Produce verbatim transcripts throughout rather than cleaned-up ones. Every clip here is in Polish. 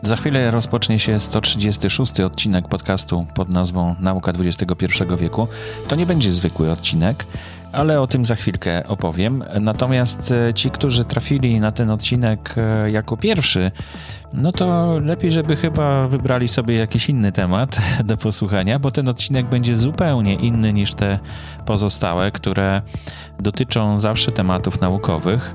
Za chwilę rozpocznie się sto trzydziesty szósty odcinek podcastu pod nazwą Nauka dwudziestego pierwszego wieku. To nie będzie zwykły odcinek, ale o tym za chwilkę opowiem. Natomiast ci, którzy trafili na ten odcinek jako pierwszy, no to lepiej, żeby chyba wybrali sobie jakiś inny temat do posłuchania, bo ten odcinek będzie zupełnie inny niż te pozostałe, które dotyczą zawsze tematów naukowych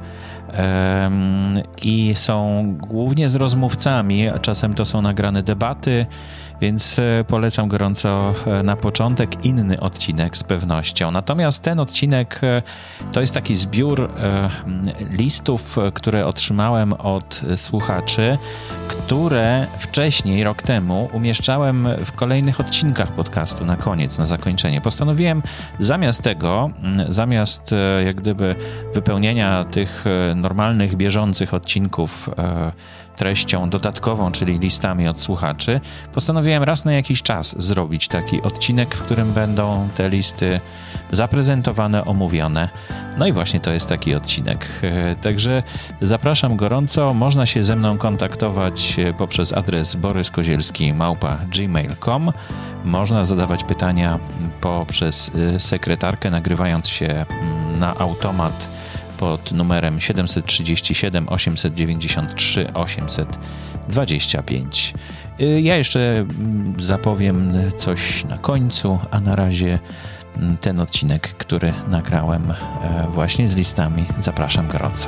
i są głównie z rozmówcami, a czasem to są nagrane debaty, więc polecam gorąco na początek inny odcinek z pewnością. Natomiast ten odcinek to jest taki zbiór listów, które otrzymałem od słuchaczy, które wcześniej, rok temu, umieszczałem w kolejnych odcinkach podcastu na koniec, na zakończenie. Postanowiłem zamiast tego, zamiast jak gdyby wypełnienia tych normalnych, bieżących odcinków treścią dodatkową, czyli listami od słuchaczy, postanowiłem raz na jakiś czas zrobić taki odcinek, w którym będą te listy zaprezentowane, omówione. No i właśnie to jest taki odcinek. Także zapraszam gorąco. Można się ze mną kontaktować poprzez adres boryskozielski małpa gmail kropka com. Można zadawać pytania poprzez sekretarkę, nagrywając się na automat pod numerem siedem trzy siedem, osiem dziewięć trzy, osiem dwa pięć. Ja jeszcze zapowiem coś na końcu, a na razie ten odcinek, który nagrałem właśnie z listami, zapraszam gorąco.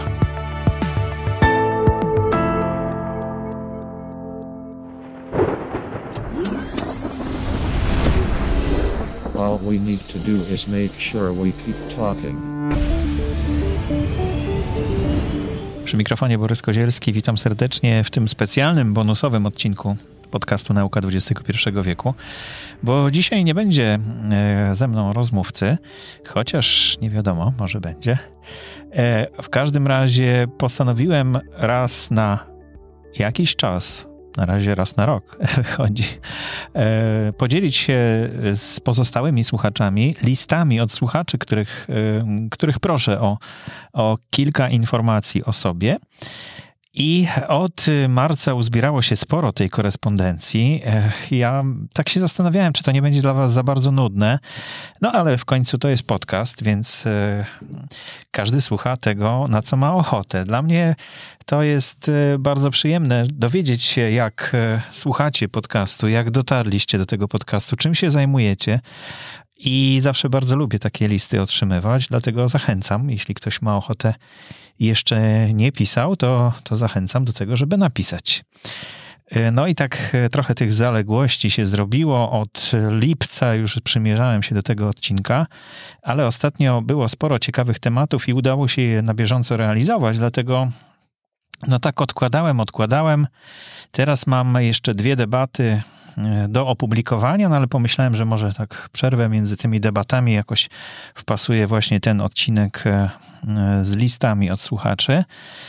All we need to do is make sure we keep talking. Przy mikrofonie Borys Kozielski, witam serdecznie w tym specjalnym, bonusowym odcinku podcastu Nauka dwudziestego pierwszego wieku, bo dzisiaj nie będzie ze mną rozmówcy, chociaż nie wiadomo, może będzie. W każdym razie postanowiłem raz na jakiś czas, na razie raz na rok chodzi, podzielić się z pozostałymi słuchaczami listami od słuchaczy, których, których proszę o, o kilka informacji o sobie. I od marca uzbierało się sporo tej korespondencji. Ja tak się zastanawiałem, czy to nie będzie dla was za bardzo nudne. No ale w końcu to jest podcast, więc każdy słucha tego, na co ma ochotę. Dla mnie to jest bardzo przyjemne dowiedzieć się, jak słuchacie podcastu, jak dotarliście do tego podcastu, czym się zajmujecie. I zawsze bardzo lubię takie listy otrzymywać, dlatego zachęcam, jeśli ktoś ma ochotę i jeszcze nie pisał, to, to zachęcam do tego, żeby napisać. No i tak trochę tych zaległości się zrobiło. Od lipca już przymierzałem się do tego odcinka, ale ostatnio było sporo ciekawych tematów i udało się je na bieżąco realizować, dlatego no tak odkładałem, odkładałem. Teraz mam jeszcze dwie debaty do opublikowania, no ale pomyślałem, że może tak przerwę między tymi debatami jakoś wpasuje właśnie ten odcinek z listami od słuchaczy.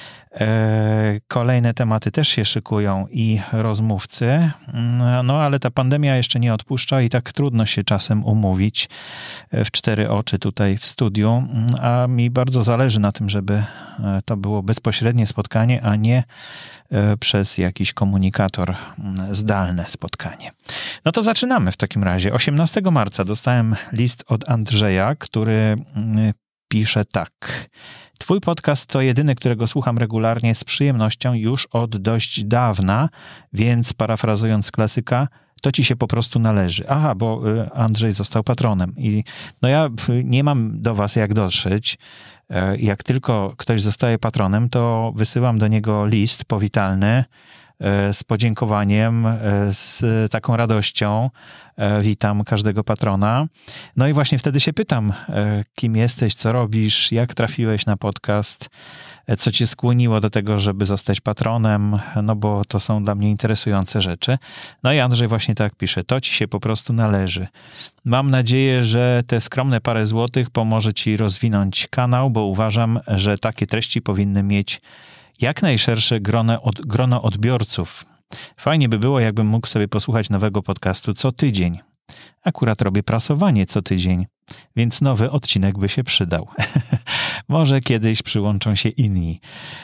Kolejne tematy też się szykują i rozmówcy, no ale ta pandemia jeszcze nie odpuszcza i tak trudno się czasem umówić w cztery oczy tutaj w studiu, a mi bardzo zależy na tym, żeby to było bezpośrednie spotkanie, a nie przez jakiś komunikator zdalne spotkanie. No to zaczynamy w takim razie. osiemnastego marca dostałem list od Andrzeja, który pisze tak. Twój podcast to jedyny, którego słucham regularnie z przyjemnością już od dość dawna, więc parafrazując klasyka, to ci się po prostu należy. Aha, bo Andrzej został patronem i no ja nie mam do was jak dotrzeć. Jak tylko ktoś zostaje patronem, to wysyłam do niego list powitalny z podziękowaniem, z taką radością. Witam każdego patrona. No i właśnie wtedy się pytam, kim jesteś, co robisz, jak trafiłeś na podcast, co cię skłoniło do tego, żeby zostać patronem, no bo to są dla mnie interesujące rzeczy. No i Andrzej właśnie tak pisze, to ci się po prostu należy. Mam nadzieję, że te skromne parę złotych pomoże ci rozwinąć kanał, bo uważam, że takie treści powinny mieć jak najszersze grono, od, grono odbiorców. Fajnie by było, jakbym mógł sobie posłuchać nowego podcastu co tydzień. Akurat robię prasowanie co tydzień, więc nowy odcinek by się przydał. Może kiedyś przyłączą się inni.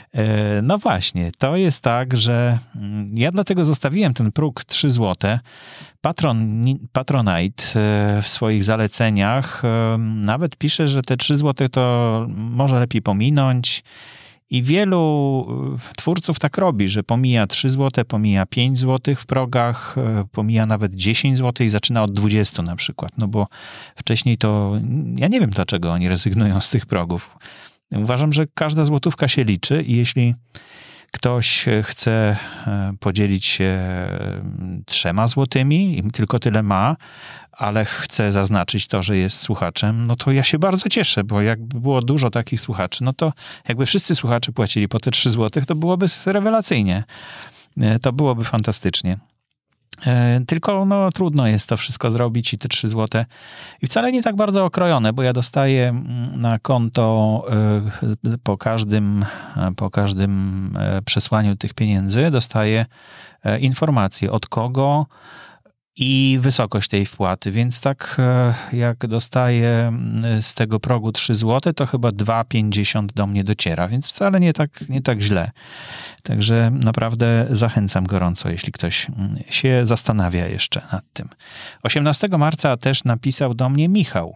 No właśnie, to jest tak, że ja dlatego zostawiłem ten próg trzy złote. Patron, Patronite w swoich zaleceniach nawet pisze, że te trzy złote to może lepiej pominąć. I wielu twórców tak robi, że pomija trzy złote, pomija pięć złotych w progach, pomija nawet dziesięć złotych i zaczyna od dwudziestu na przykład. No bo wcześniej to, ja nie wiem dlaczego oni rezygnują z tych progów. Uważam, że każda złotówka się liczy i jeśli ktoś chce podzielić się trzema złotymi i tylko tyle ma, ale chce zaznaczyć to, że jest słuchaczem, no to ja się bardzo cieszę, bo jakby było dużo takich słuchaczy, no to jakby wszyscy słuchacze płacili po te trzy złotych, to byłoby rewelacyjnie. To byłoby fantastycznie. Tylko no, trudno jest to wszystko zrobić i te trzy złote i wcale nie tak bardzo okrojone, bo ja dostaję na konto po każdym, po każdym przesłaniu tych pieniędzy dostaję informacje od kogo i wysokość tej wpłaty, więc tak jak dostaję z tego progu trzy złote, to chyba dwa pięćdziesiąt do mnie dociera, więc wcale nie tak, nie tak źle. Także naprawdę zachęcam gorąco, jeśli ktoś się zastanawia jeszcze nad tym. osiemnastego marca też napisał do mnie Michał.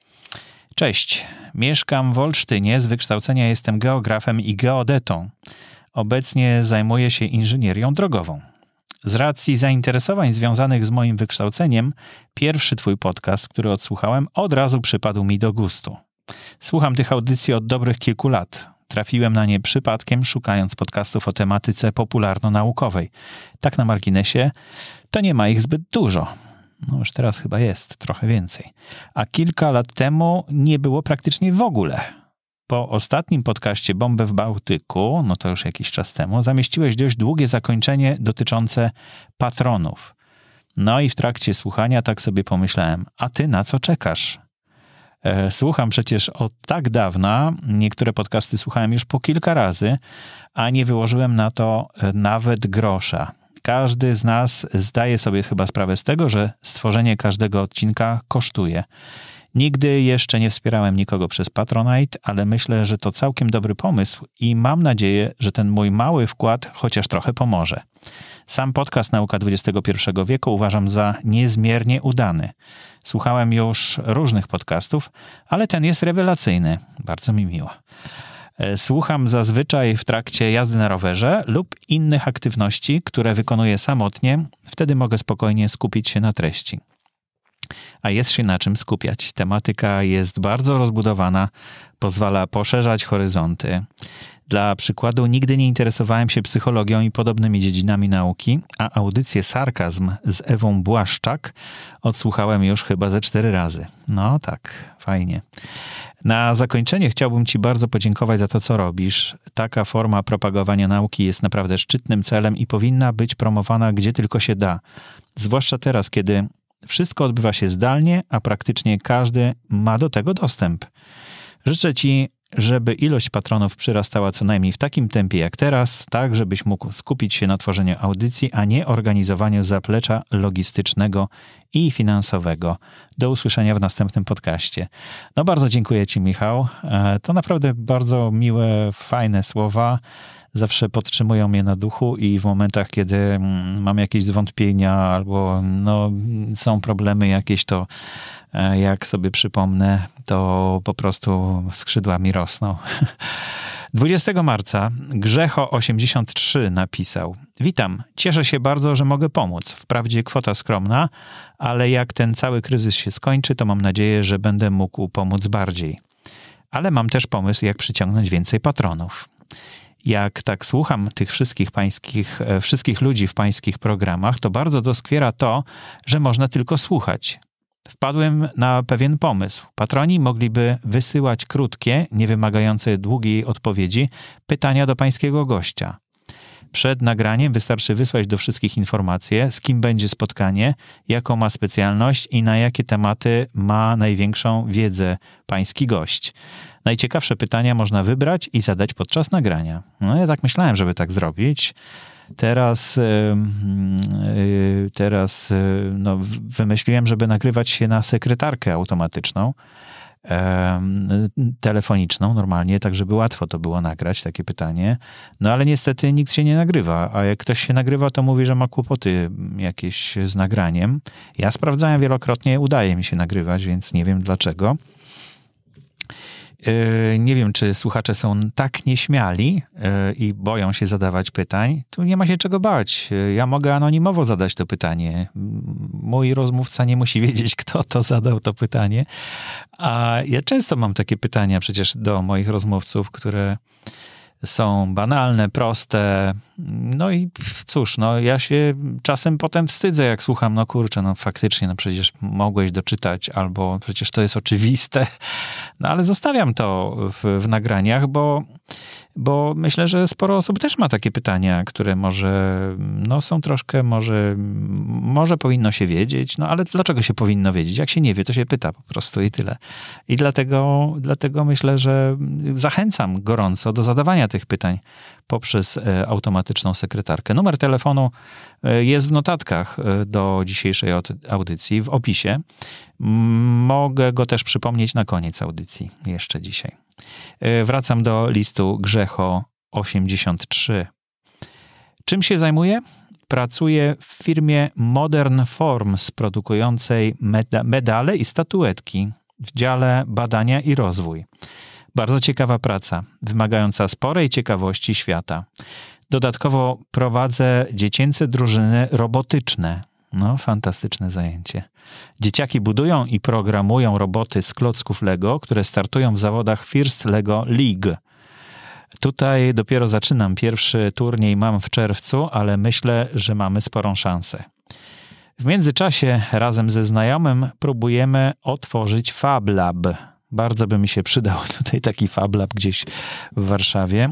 Cześć, mieszkam w Olsztynie, z wykształcenia jestem geografem i geodetą. Obecnie zajmuję się inżynierią drogową. Z racji zainteresowań związanych z moim wykształceniem, pierwszy twój podcast, który odsłuchałem, od razu przypadł mi do gustu. Słucham tych audycji od dobrych kilku lat. Trafiłem na nie przypadkiem, szukając podcastów o tematyce popularno-naukowej. Tak na marginesie, to nie ma ich zbyt dużo. No już teraz chyba jest trochę więcej. A kilka lat temu nie było praktycznie w ogóle. Po ostatnim podcaście Bombę w Bałtyku, no to już jakiś czas temu, zamieściłeś dość długie zakończenie dotyczące patronów. No i w trakcie słuchania tak sobie pomyślałem, a ty na co czekasz? Słucham przecież od tak dawna, niektóre podcasty słuchałem już po kilka razy, a nie wyłożyłem na to nawet grosza. Każdy z nas zdaje sobie chyba sprawę z tego, że stworzenie każdego odcinka kosztuje. Nigdy jeszcze nie wspierałem nikogo przez Patronite, ale myślę, że to całkiem dobry pomysł i mam nadzieję, że ten mój mały wkład chociaż trochę pomoże. Sam podcast Nauka dwudziestego pierwszego wieku uważam za niezmiernie udany. Słuchałem już różnych podcastów, ale ten jest rewelacyjny. Bardzo mi miło. Słucham zazwyczaj w trakcie jazdy na rowerze lub innych aktywności, które wykonuję samotnie. Wtedy mogę spokojnie skupić się na treści. A jest się na czym skupiać. Tematyka jest bardzo rozbudowana, pozwala poszerzać horyzonty. Dla przykładu, nigdy nie interesowałem się psychologią i podobnymi dziedzinami nauki, a audycję Sarkazm z Ewą Błaszczak odsłuchałem już chyba ze cztery razy. No tak, fajnie. Na zakończenie chciałbym ci bardzo podziękować za to, co robisz. Taka forma propagowania nauki jest naprawdę szczytnym celem i powinna być promowana gdzie tylko się da. Zwłaszcza teraz, kiedy wszystko odbywa się zdalnie, a praktycznie każdy ma do tego dostęp. Życzę ci, żeby ilość patronów przyrastała co najmniej w takim tempie jak teraz, tak żebyś mógł skupić się na tworzeniu audycji, a nie organizowaniu zaplecza logistycznego i finansowego. Do usłyszenia w następnym podcaście. No bardzo dziękuję ci, Michał. To naprawdę bardzo miłe, fajne słowa. Zawsze podtrzymują mnie na duchu i w momentach, kiedy mam jakieś zwątpienia albo no, są problemy jakieś, to jak sobie przypomnę, to po prostu skrzydła mi rosną. dwudziestego marca Grzecho osiemdziesiąt trzy napisał: Witam, cieszę się bardzo, że mogę pomóc. Wprawdzie kwota skromna, ale jak ten cały kryzys się skończy, to mam nadzieję, że będę mógł pomóc bardziej. Ale mam też pomysł, jak przyciągnąć więcej patronów. Jak tak słucham tych wszystkich pańskich, wszystkich ludzi w pańskich programach, to bardzo doskwiera to, że można tylko słuchać. Wpadłem na pewien pomysł. Patroni mogliby wysyłać krótkie, niewymagające długiej odpowiedzi, pytania do pańskiego gościa. Przed nagraniem wystarczy wysłać do wszystkich informacje, z kim będzie spotkanie, jaką ma specjalność i na jakie tematy ma największą wiedzę pański gość. Najciekawsze pytania można wybrać i zadać podczas nagrania. No ja tak myślałem, żeby tak zrobić. Teraz, teraz no, wymyśliłem, żeby nagrywać się na sekretarkę automatyczną. e, telefoniczną normalnie, tak żeby łatwo to było nagrać, takie pytanie. No ale niestety nikt się nie nagrywa, a jak ktoś się nagrywa, to mówi, że ma kłopoty jakieś z nagraniem. Ja sprawdzałem wielokrotnie, udaje mi się nagrywać, więc nie wiem dlaczego. Nie wiem, czy słuchacze są tak nieśmiali i boją się zadawać pytań. Tu nie ma się czego bać. Ja mogę anonimowo zadać to pytanie. Mój rozmówca nie musi wiedzieć, kto to zadał to pytanie. A ja często mam takie pytania przecież do moich rozmówców, które są banalne, proste. No i cóż, no ja się czasem potem wstydzę, jak słucham, no kurczę, no faktycznie, no przecież mogłeś doczytać, albo przecież to jest oczywiste. No ale zostawiam to w, w nagraniach, bo, bo myślę, że sporo osób też ma takie pytania, które może, no są troszkę, może, może powinno się wiedzieć, no ale dlaczego się powinno wiedzieć? Jak się nie wie, to się pyta po prostu i tyle. I dlatego, dlatego myślę, że zachęcam gorąco do zadawania tych pytań poprzez automatyczną sekretarkę. Numer telefonu jest w notatkach do dzisiejszej audycji, w opisie. Mogę go też przypomnieć na koniec audycji, jeszcze dzisiaj. Wracam do listu Grzecho osiemdziesiąt trzy. Czym się zajmuję? Pracuję w firmie Modern Forms, produkującej meda- medale i statuetki w dziale badania i rozwój. Bardzo ciekawa praca, wymagająca sporej ciekawości świata. Dodatkowo prowadzę dziecięce drużyny robotyczne. No, fantastyczne zajęcie. Dzieciaki budują i programują roboty z klocków Lego, które startują w zawodach First Lego League. Tutaj dopiero zaczynam. Pierwszy turniej mam w czerwcu, ale myślę, że mamy sporą szansę. W międzyczasie razem ze znajomym próbujemy otworzyć Fab Lab. Bardzo by mi się przydał tutaj taki Fab Lab gdzieś w Warszawie.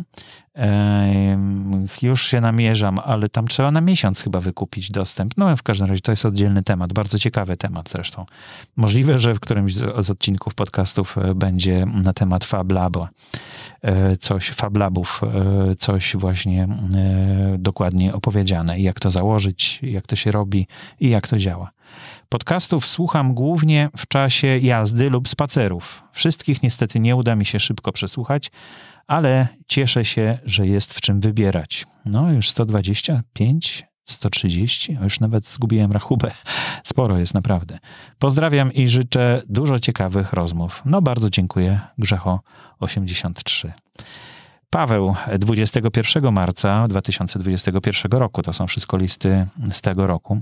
Już się namierzam, ale tam trzeba na miesiąc chyba wykupić dostęp. No w każdym razie to jest oddzielny temat, bardzo ciekawy temat zresztą. Możliwe, że w którymś z odcinków podcastów będzie na temat Fab Labu. Coś, Fab Labów, coś właśnie dokładnie opowiedziane. Jak to założyć, jak to się robi i jak to działa. Podcastów słucham głównie w czasie jazdy lub spacerów. Wszystkich niestety nie uda mi się szybko przesłuchać, ale cieszę się, że jest w czym wybierać. No już sto dwadzieścia pięć, sto trzydzieści, a już nawet zgubiłem rachubę. Sporo jest naprawdę. Pozdrawiam i życzę dużo ciekawych rozmów. No bardzo dziękuję, Grzecho osiemdziesiąt trzy. Paweł, dwudziestego pierwszego marca dwa tysiące dwudziestego pierwszego roku, to są wszystko listy z tego roku,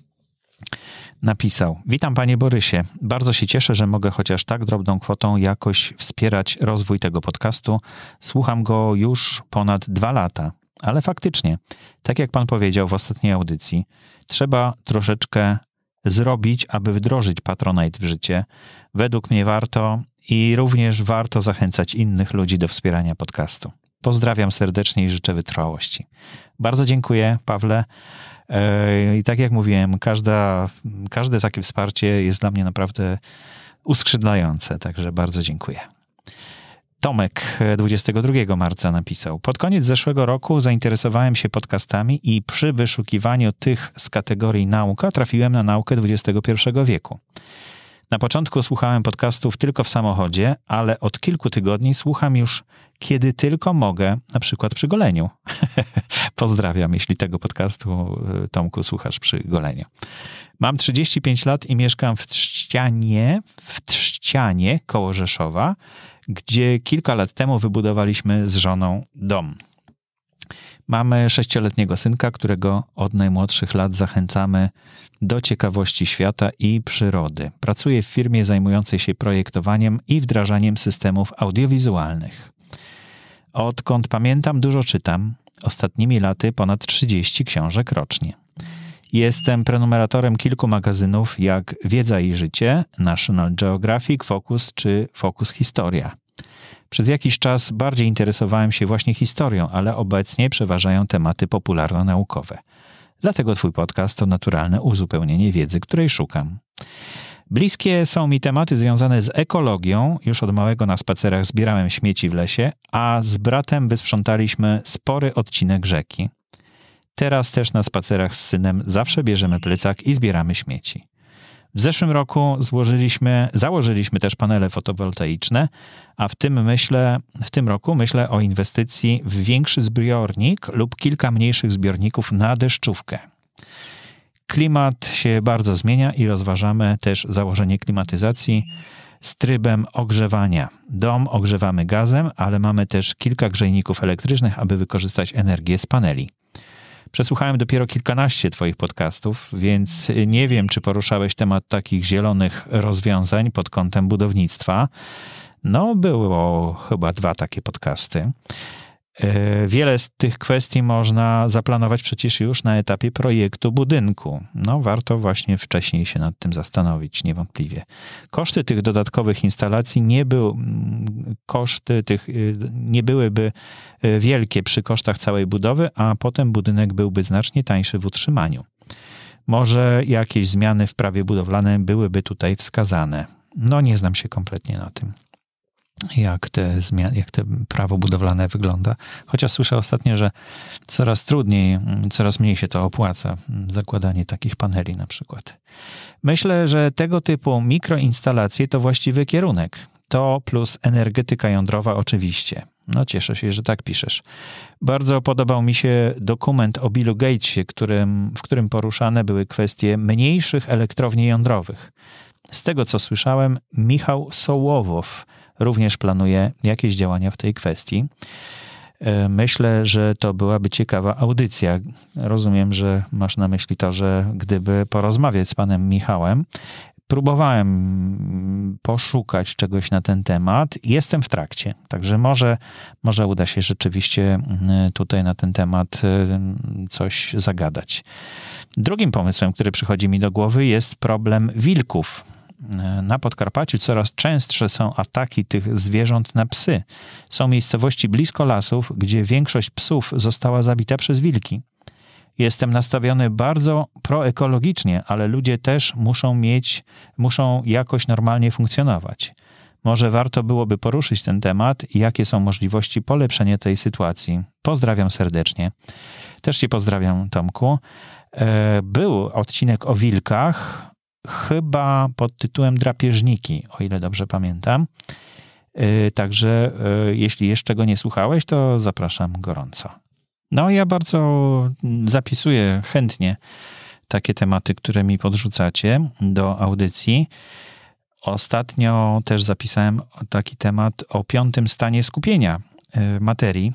napisał: Witam panie Borysie, bardzo się cieszę, że mogę chociaż tak drobną kwotą jakoś wspierać rozwój tego podcastu. Słucham go już ponad dwa lata, ale faktycznie, tak jak pan powiedział w ostatniej audycji, trzeba troszeczkę zrobić, aby wdrożyć Patronite w życie. Według mnie warto i również warto zachęcać innych ludzi do wspierania podcastu. Pozdrawiam serdecznie i życzę wytrwałości. Bardzo dziękuję, Pawle. I tak jak mówiłem, każda, każde takie wsparcie jest dla mnie naprawdę uskrzydlające, także bardzo dziękuję. Tomek dwudziestego drugiego marca napisał: Pod koniec zeszłego roku zainteresowałem się podcastami i przy wyszukiwaniu tych z kategorii nauka trafiłem na naukę dwudziestego pierwszego wieku. Na początku słuchałem podcastów tylko w samochodzie, ale od kilku tygodni słucham już kiedy tylko mogę, na przykład przy goleniu. Pozdrawiam, jeśli tego podcastu, Tomku, słuchasz przy goleniu. Mam trzydzieści pięć lat i mieszkam w Trzcianie, w Trzcianie koło Rzeszowa, gdzie kilka lat temu wybudowaliśmy z żoną dom. Mamy sześcioletniego synka, którego od najmłodszych lat zachęcamy do ciekawości świata i przyrody. Pracuję w firmie zajmującej się projektowaniem i wdrażaniem systemów audiowizualnych. Odkąd pamiętam, dużo czytam. Ostatnimi laty ponad trzydzieści książek rocznie. Jestem prenumeratorem kilku magazynów jak Wiedza i Życie, National Geographic, Focus czy Focus Historia. Przez jakiś czas bardziej interesowałem się właśnie historią, ale obecnie przeważają tematy popularno-naukowe. Dlatego twój podcast to naturalne uzupełnienie wiedzy, której szukam. Bliskie są mi tematy związane z ekologią. Już od małego na spacerach zbierałem śmieci w lesie, a z bratem wysprzątaliśmy spory odcinek rzeki. Teraz też na spacerach z synem zawsze bierzemy plecak i zbieramy śmieci. W zeszłym roku złożyliśmy, założyliśmy też panele fotowoltaiczne, a w tym myślę, w tym roku myślę o inwestycji w większy zbiornik lub kilka mniejszych zbiorników na deszczówkę. Klimat się bardzo zmienia i rozważamy też założenie klimatyzacji z trybem ogrzewania. Dom ogrzewamy gazem, ale mamy też kilka grzejników elektrycznych, aby wykorzystać energię z paneli. Przesłuchałem dopiero kilkanaście twoich podcastów, więc nie wiem, czy poruszałeś temat takich zielonych rozwiązań pod kątem budownictwa. No, było chyba dwa takie podcasty. Wiele z tych kwestii można zaplanować przecież już na etapie projektu budynku. No, warto właśnie wcześniej się nad tym zastanowić, niewątpliwie. Koszty tych dodatkowych instalacji nie były, koszty tych nie byłyby wielkie przy kosztach całej budowy, a potem budynek byłby znacznie tańszy w utrzymaniu. Może jakieś zmiany w prawie budowlanym byłyby tutaj wskazane. No, nie znam się kompletnie na tym. Jak te zmiany, jak te prawo budowlane wygląda. Chociaż słyszę ostatnio, że coraz trudniej, coraz mniej się to opłaca, zakładanie takich paneli na przykład. Myślę, że tego typu mikroinstalacje to właściwy kierunek. To plus energetyka jądrowa oczywiście. No cieszę się, że tak piszesz. Bardzo podobał mi się dokument o Billu Gatesie, którym, w którym poruszane były kwestie mniejszych elektrowni jądrowych. Z tego co słyszałem, Michał Sołowow również planuje jakieś działania w tej kwestii. Myślę, że to byłaby ciekawa audycja. Rozumiem, że masz na myśli to, że gdyby porozmawiać z panem Michałem, próbowałem poszukać czegoś na ten temat. Jestem w trakcie, także może, może uda się rzeczywiście tutaj na ten temat coś zagadać. Drugim pomysłem, który przychodzi mi do głowy, jest problem wilków. Na Podkarpaciu coraz częstsze są ataki tych zwierząt na psy. Są miejscowości blisko lasów, gdzie większość psów została zabita przez wilki. Jestem nastawiony bardzo proekologicznie, ale ludzie też muszą mieć, muszą jakoś normalnie funkcjonować. Może warto byłoby poruszyć ten temat i jakie są możliwości polepszenia tej sytuacji. Pozdrawiam serdecznie. Też cię pozdrawiam, Tomku. Był odcinek o wilkach, chyba pod tytułem Drapieżniki, o ile dobrze pamiętam. Także jeśli jeszcze go nie słuchałeś, to zapraszam gorąco. No, ja bardzo zapisuję chętnie takie tematy, które mi podrzucacie do audycji. Ostatnio też zapisałem taki temat o piątym stanie skupienia materii.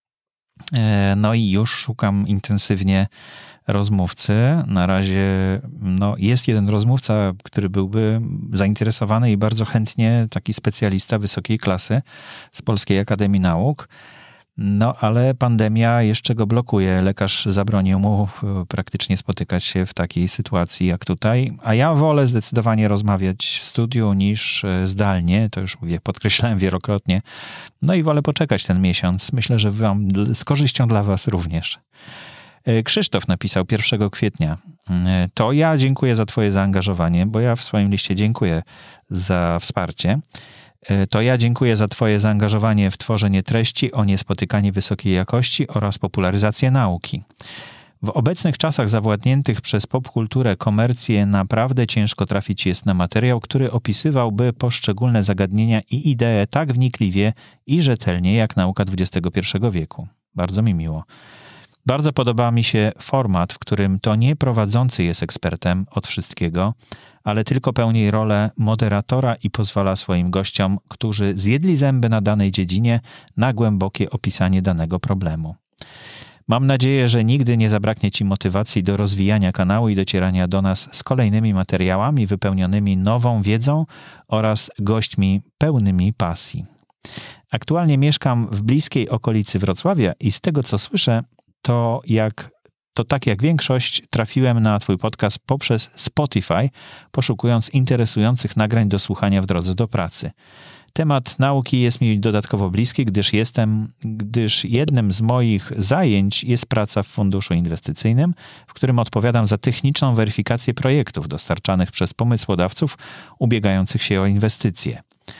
No i już szukam intensywnie rozmówcy. Na razie no, jest jeden rozmówca, który byłby zainteresowany i bardzo chętnie, taki specjalista wysokiej klasy z Polskiej Akademii Nauk. No, ale pandemia jeszcze go blokuje. Lekarz zabronił mu praktycznie spotykać się w takiej sytuacji jak tutaj. A ja wolę zdecydowanie rozmawiać w studiu niż zdalnie. To już mówię, podkreślałem wielokrotnie. No i wolę poczekać ten miesiąc. Myślę, że wam, z korzyścią dla was również. Krzysztof napisał pierwszego kwietnia. To ja dziękuję za twoje zaangażowanie, bo ja w swoim liście dziękuję za wsparcie. To ja dziękuję za twoje zaangażowanie w tworzenie treści o niespotykanie wysokiej jakości oraz popularyzację nauki. W obecnych czasach zawładniętych przez popkulturę komercję naprawdę ciężko trafić jest na materiał, który opisywałby poszczególne zagadnienia i idee tak wnikliwie i rzetelnie jak nauka dwudziestego pierwszego wieku. Bardzo mi miło. Bardzo podoba mi się format, w którym to nie prowadzący jest ekspertem od wszystkiego, ale tylko pełni rolę moderatora i pozwala swoim gościom, którzy zjedli zęby na danej dziedzinie, na głębokie opisanie danego problemu. Mam nadzieję, że nigdy nie zabraknie ci motywacji do rozwijania kanału i docierania do nas z kolejnymi materiałami wypełnionymi nową wiedzą oraz gośćmi pełnymi pasji. Aktualnie mieszkam w bliskiej okolicy Wrocławia i z tego, co słyszę, to jak to tak jak większość trafiłem na twój podcast poprzez Spotify, poszukując interesujących nagrań do słuchania w drodze do pracy. Temat nauki jest mi dodatkowo bliski, gdyż jestem, gdyż jednym z moich zajęć jest praca w funduszu inwestycyjnym, w którym odpowiadam za techniczną weryfikację projektów dostarczanych przez pomysłodawców ubiegających się o inwestycje.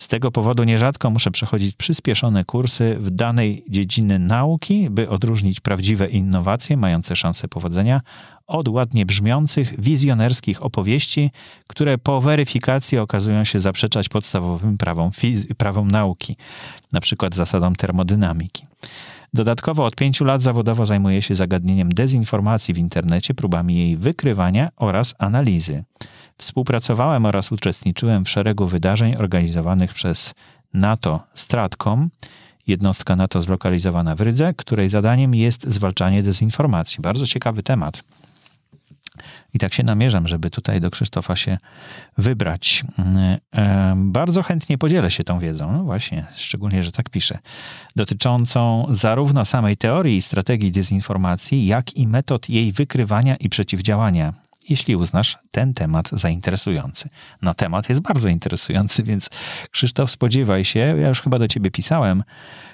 Z tego powodu nierzadko muszę przechodzić przyspieszone kursy w danej dziedziny nauki, by odróżnić prawdziwe innowacje mające szansę powodzenia od ładnie brzmiących, wizjonerskich opowieści, które po weryfikacji okazują się zaprzeczać podstawowym prawom, fizy- prawom nauki, na przykład zasadom termodynamiki. Dodatkowo od pięciu lat zawodowo zajmuję się zagadnieniem dezinformacji w internecie, próbami jej wykrywania oraz analizy. Współpracowałem oraz uczestniczyłem w szeregu wydarzeń organizowanych przez NATO Stratcom, jednostka NATO zlokalizowana w Rydze, której zadaniem jest zwalczanie dezinformacji. Bardzo ciekawy temat. I tak się namierzam, żeby tutaj do Krzysztofa się wybrać. Bardzo chętnie podzielę się tą wiedzą, no właśnie, szczególnie, że tak piszę, dotyczącą zarówno samej teorii i strategii dezinformacji, jak i metod jej wykrywania i przeciwdziałania, jeśli uznasz ten temat za interesujący. No temat jest bardzo interesujący, więc Krzysztof, spodziewaj się, ja już chyba do ciebie pisałem,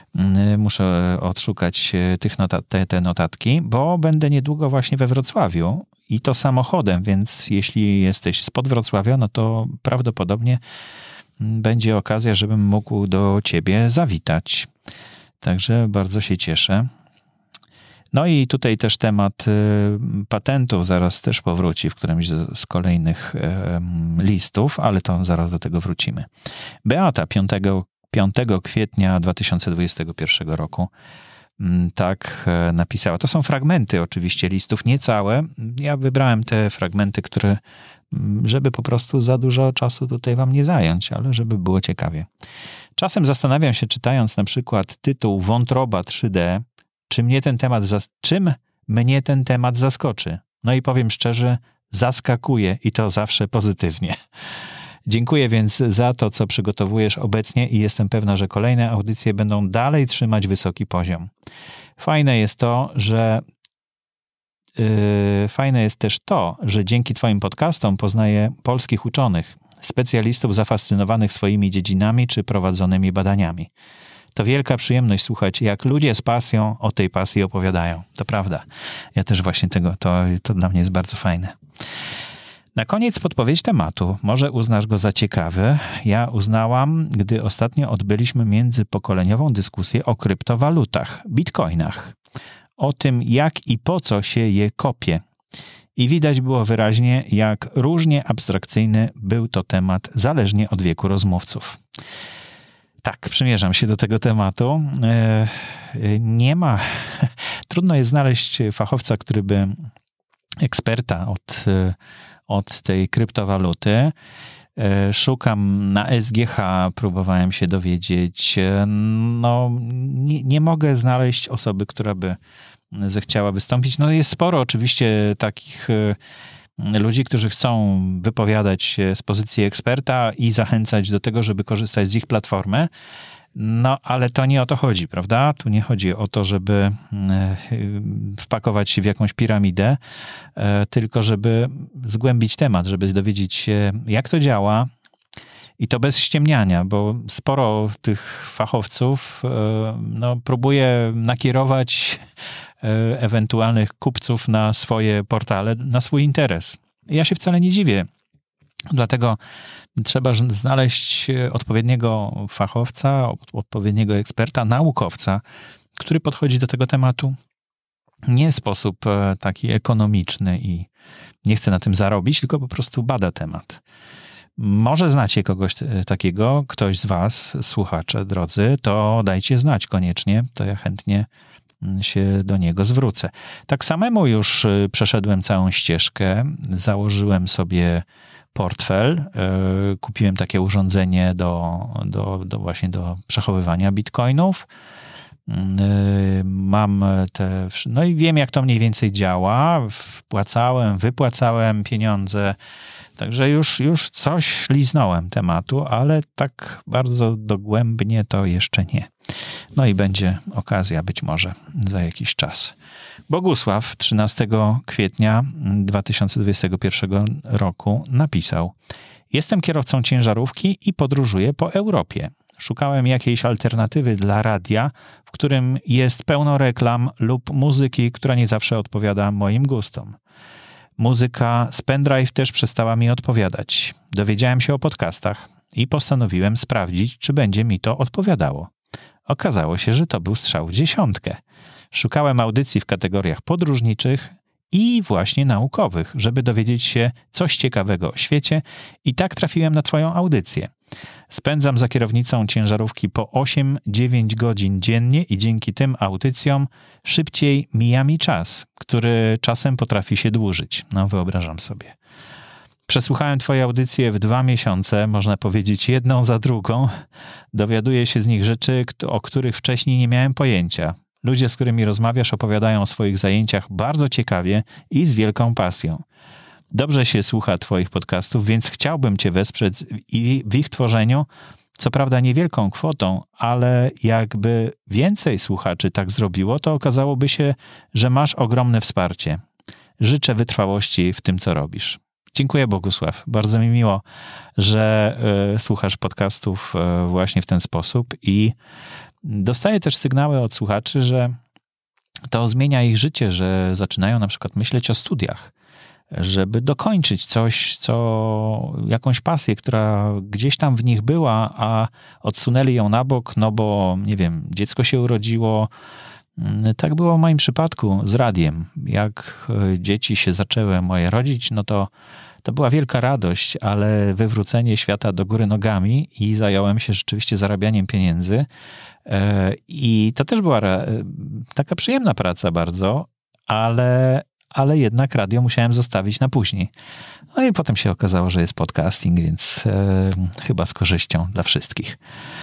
muszę odszukać tych notat- te, te notatki, bo będę niedługo właśnie we Wrocławiu i to samochodem, więc jeśli jesteś spod Wrocławia, no to prawdopodobnie będzie okazja, żebym mógł do ciebie zawitać. Także bardzo się cieszę. No i tutaj też temat patentów zaraz też powróci w którymś z kolejnych listów, ale to zaraz do tego wrócimy. Beata piątego kwietnia dwa tysiące dwudziestego pierwszego roku tak napisała. To są fragmenty oczywiście listów, nie całe. Ja wybrałem te fragmenty, które, żeby po prostu za dużo czasu tutaj wam nie zająć, ale żeby było ciekawie. Czasem zastanawiam się, czytając na przykład tytuł Wątroba trzy D, czy mnie ten temat, zas- czym mnie ten temat zaskoczy. No i powiem szczerze, zaskakuje i to zawsze pozytywnie. Dziękuję więc za to, co przygotowujesz obecnie i jestem pewna, że kolejne audycje będą dalej trzymać wysoki poziom. Fajne jest to, że yy, fajne jest też to, że dzięki twoim podcastom poznaję polskich uczonych, specjalistów zafascynowanych swoimi dziedzinami czy prowadzonymi badaniami. To wielka przyjemność słuchać, jak ludzie z pasją o tej pasji opowiadają. To prawda. Ja też właśnie tego, to, to dla mnie jest bardzo fajne. Na koniec podpowiedź tematu. Może uznasz go za ciekawy. Ja uznałam, gdy ostatnio odbyliśmy międzypokoleniową dyskusję o kryptowalutach, bitcoinach. O tym, jak i po co się je kopie. I widać było wyraźnie, jak różnie abstrakcyjny był to temat, zależnie od wieku rozmówców. Tak, przymierzam się do tego tematu. Nie ma, trudno jest znaleźć fachowca, który by, eksperta od, od tej kryptowaluty. Szukam na S G H, próbowałem się dowiedzieć. No, nie, nie mogę znaleźć osoby, która by zechciała wystąpić. No jest sporo oczywiście takich ludzi, którzy chcą wypowiadać się z pozycji eksperta i zachęcać do tego, żeby korzystać z ich platformy. No, ale to nie o to chodzi, prawda? Tu nie chodzi o to, żeby wpakować się w jakąś piramidę, tylko żeby zgłębić temat, żeby dowiedzieć się, jak to działa i to bez ściemniania, bo sporo tych fachowców no, próbuje nakierować ewentualnych kupców na swoje portale, na swój interes. Ja się wcale nie dziwię. Dlatego trzeba znaleźć odpowiedniego fachowca, odpowiedniego eksperta, naukowca, który podchodzi do tego tematu nie w sposób taki ekonomiczny i nie chce na tym zarobić, tylko po prostu bada temat. Może znacie kogoś takiego, ktoś z was, słuchacze drodzy, to dajcie znać koniecznie, to ja chętnie się do niego zwrócę. Tak samemu już przeszedłem całą ścieżkę, założyłem sobie portfel, kupiłem takie urządzenie do, do, do właśnie do przechowywania bitcoinów. Mam te, no i wiem, jak to mniej więcej działa. Wpłacałem, wypłacałem pieniądze, także już, już coś liznąłem tematu, ale tak bardzo dogłębnie to jeszcze nie. No i będzie okazja być może za jakiś czas. Bogusław trzynastego kwietnia dwa tysiące dwudziestego pierwszego roku napisał: jestem kierowcą ciężarówki i podróżuję po Europie. Szukałem jakiejś alternatywy dla radia, w którym jest pełno reklam lub muzyki, która nie zawsze odpowiada moim gustom. Muzyka z pendrive też przestała mi odpowiadać. Dowiedziałem się o podcastach. i postanowiłem sprawdzić, czy będzie mi to odpowiadało. Okazało się, że to był strzał w dziesiątkę. Szukałem audycji w kategoriach podróżniczych i właśnie naukowych, żeby dowiedzieć się coś ciekawego o świecie i tak trafiłem na twoją audycję. Spędzam za kierownicą ciężarówki po osiem dziewięć godzin dziennie i dzięki tym audycjom szybciej mija mi czas, który czasem potrafi się dłużyć. No wyobrażam sobie. Przesłuchałem twoje audycje w dwa miesiące, można powiedzieć jedną za drugą. Dowiaduję się z nich rzeczy, o których wcześniej nie miałem pojęcia. Ludzie, z którymi rozmawiasz, opowiadają o swoich zajęciach bardzo ciekawie i z wielką pasją. Dobrze się słucha twoich podcastów, więc chciałbym cię wesprzeć w ich tworzeniu. Co prawda niewielką kwotą, ale jakby więcej słuchaczy tak zrobiło, to okazałoby się, że masz ogromne wsparcie. Życzę wytrwałości w tym, co robisz. Dziękuję, Bogusław. Bardzo mi miło, że y, słuchasz podcastów y, właśnie w ten sposób i dostaję też sygnały od słuchaczy, że to zmienia ich życie, że zaczynają na przykład myśleć o studiach, żeby dokończyć coś, co jakąś pasję, która gdzieś tam w nich była, a odsunęli ją na bok, no bo nie wiem, dziecko się urodziło. Tak było w moim przypadku z radiem. Jak dzieci się zaczęły moje rodzić, no to to była wielka radość, ale wywrócenie świata do góry nogami i zająłem się rzeczywiście zarabianiem pieniędzy. I to też była taka przyjemna praca bardzo, ale, ale jednak radio musiałem zostawić na później. No i potem się okazało, że jest podcasting, więc chyba z korzyścią dla wszystkich.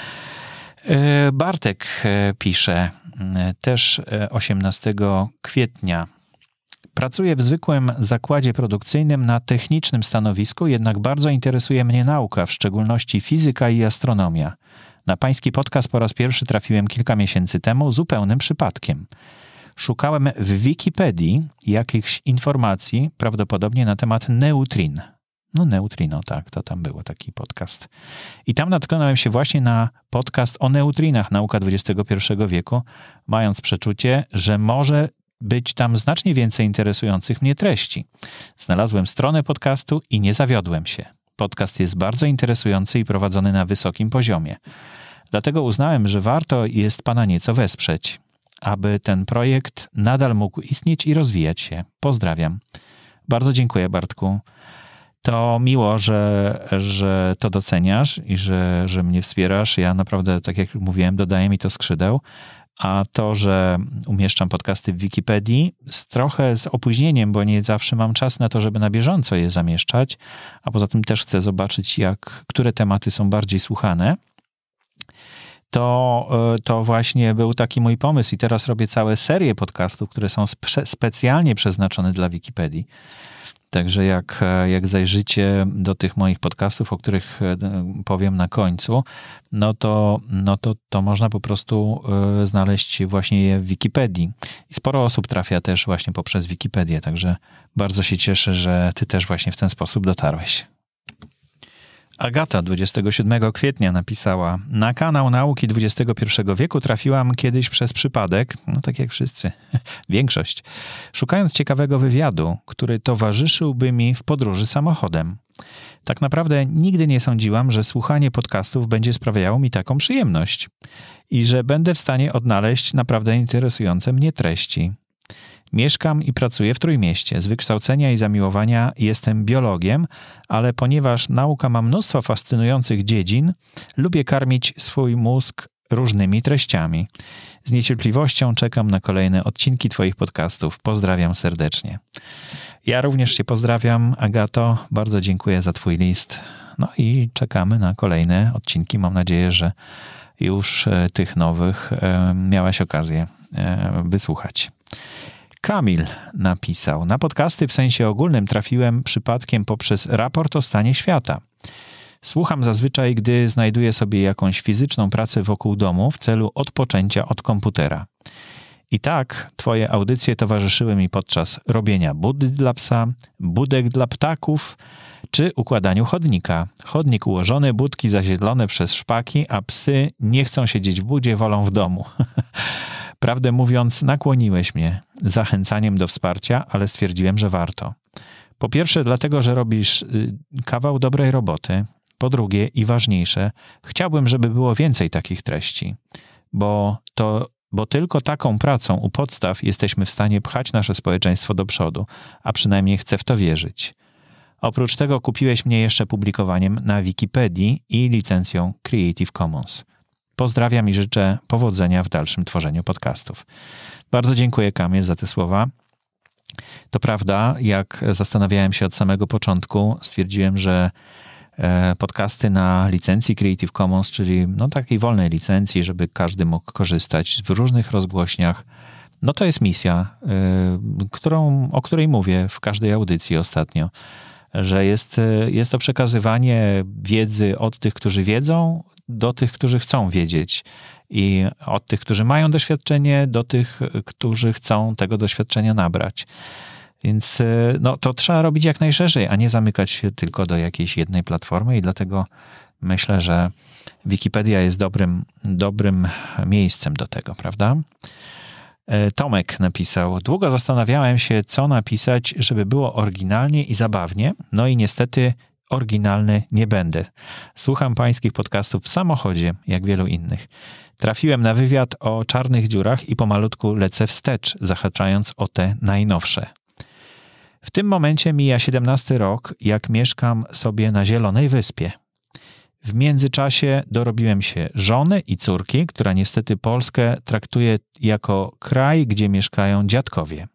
Bartek pisze też osiemnastego kwietnia. Pracuję w zwykłym zakładzie produkcyjnym na technicznym stanowisku, jednak bardzo interesuje mnie nauka, w szczególności fizyka i astronomia. Na pański podcast po raz pierwszy trafiłem kilka miesięcy temu zupełnym przypadkiem. Szukałem w Wikipedii jakichś informacji, prawdopodobnie na temat neutrin. No neutrino, tak, to tam było taki podcast. I tam natknąłem się właśnie na podcast o neutrinach, nauka dwudziestego pierwszego wieku, mając przeczucie, że może być tam znacznie więcej interesujących mnie treści. Znalazłem stronę podcastu i nie zawiodłem się. Podcast jest bardzo interesujący i prowadzony na wysokim poziomie. Dlatego uznałem, że warto jest pana nieco wesprzeć, aby ten projekt nadal mógł istnieć i rozwijać się. Pozdrawiam. Bardzo dziękuję, Bartku. To miło, że, że to doceniasz i że, że mnie wspierasz. Ja naprawdę, tak jak mówiłem, dodaję mi to skrzydeł. A to, że umieszczam podcasty w Wikipedii, z trochę z opóźnieniem, bo nie zawsze mam czas na to, żeby na bieżąco je zamieszczać, a poza tym też chcę zobaczyć, jak, które tematy są bardziej słuchane, to, to właśnie był taki mój pomysł i teraz robię całe serię podcastów, które są spe- specjalnie przeznaczone dla Wikipedii. Także jak, jak zajrzycie do tych moich podcastów, o których powiem na końcu, no to, no to, to można po prostu znaleźć właśnie je w Wikipedii. I sporo osób trafia też właśnie poprzez Wikipedię, także bardzo się cieszę, że ty też właśnie w ten sposób dotarłeś. Agata dwudziestego siódmego kwietnia napisała: na kanał Nauki dwudziestego pierwszego wieku trafiłam kiedyś przez przypadek, no tak jak wszyscy, większość, szukając ciekawego wywiadu, który towarzyszyłby mi w podróży samochodem. Tak naprawdę nigdy nie sądziłam, że słuchanie podcastów będzie sprawiało mi taką przyjemność i że będę w stanie odnaleźć naprawdę interesujące mnie treści. Mieszkam i pracuję w Trójmieście. Z wykształcenia i zamiłowania jestem biologiem, ale ponieważ nauka ma mnóstwo fascynujących dziedzin, lubię karmić swój mózg różnymi treściami. Z niecierpliwością czekam na kolejne odcinki twoich podcastów. Pozdrawiam serdecznie. Ja również cię pozdrawiam, Agato. Bardzo dziękuję za twój list. No i czekamy na kolejne odcinki. Mam nadzieję, że już tych nowych miałaś okazję wysłuchać. Kamil napisał: na podcasty w sensie ogólnym trafiłem przypadkiem poprzez raport o stanie świata. Słucham zazwyczaj, gdy znajduję sobie jakąś fizyczną pracę wokół domu w celu odpoczęcia od komputera. I tak twoje audycje towarzyszyły mi podczas robienia budy dla psa, budek dla ptaków czy układaniu chodnika. Chodnik ułożony, budki zaziedlone przez szpaki, a psy nie chcą siedzieć w budzie, wolą w domu. Prawdę mówiąc, nakłoniłeś mnie zachęcaniem do wsparcia, ale stwierdziłem, że warto. Po pierwsze dlatego, że robisz kawał dobrej roboty. Po drugie i ważniejsze, chciałbym, żeby było więcej takich treści, bo to bo tylko taką pracą u podstaw jesteśmy w stanie pchać nasze społeczeństwo do przodu, a przynajmniej chcę w to wierzyć. Oprócz tego kupiłeś mnie jeszcze publikowaniem na Wikipedii i licencją Creative Commons. Pozdrawiam i życzę powodzenia w dalszym tworzeniu podcastów. Bardzo dziękuję, Kamil, za te słowa. To prawda, jak zastanawiałem się od samego początku, stwierdziłem, że podcasty na licencji Creative Commons, czyli no takiej wolnej licencji, żeby każdy mógł korzystać w różnych rozgłośniach, no to jest misja, którą, o której mówię w każdej audycji ostatnio, że jest, jest to przekazywanie wiedzy od tych, którzy wiedzą, do tych, którzy chcą wiedzieć i od tych, którzy mają doświadczenie, do tych, którzy chcą tego doświadczenia nabrać. Więc no, to trzeba robić jak najszerzej, a nie zamykać się tylko do jakiejś jednej platformy i dlatego myślę, że Wikipedia jest dobrym, dobrym miejscem do tego, prawda? Tomek napisał: długo zastanawiałem się, co napisać, żeby było oryginalnie i zabawnie, no i niestety oryginalny nie będę. Słucham pańskich podcastów w samochodzie, jak wielu innych. Trafiłem na wywiad o czarnych dziurach i pomalutku lecę wstecz, zahaczając o te najnowsze. W tym momencie mija siedemnasty rok, jak mieszkam sobie na Zielonej Wyspie. W międzyczasie dorobiłem się żony i córki, która niestety Polskę traktuje jako kraj, gdzie mieszkają dziadkowie.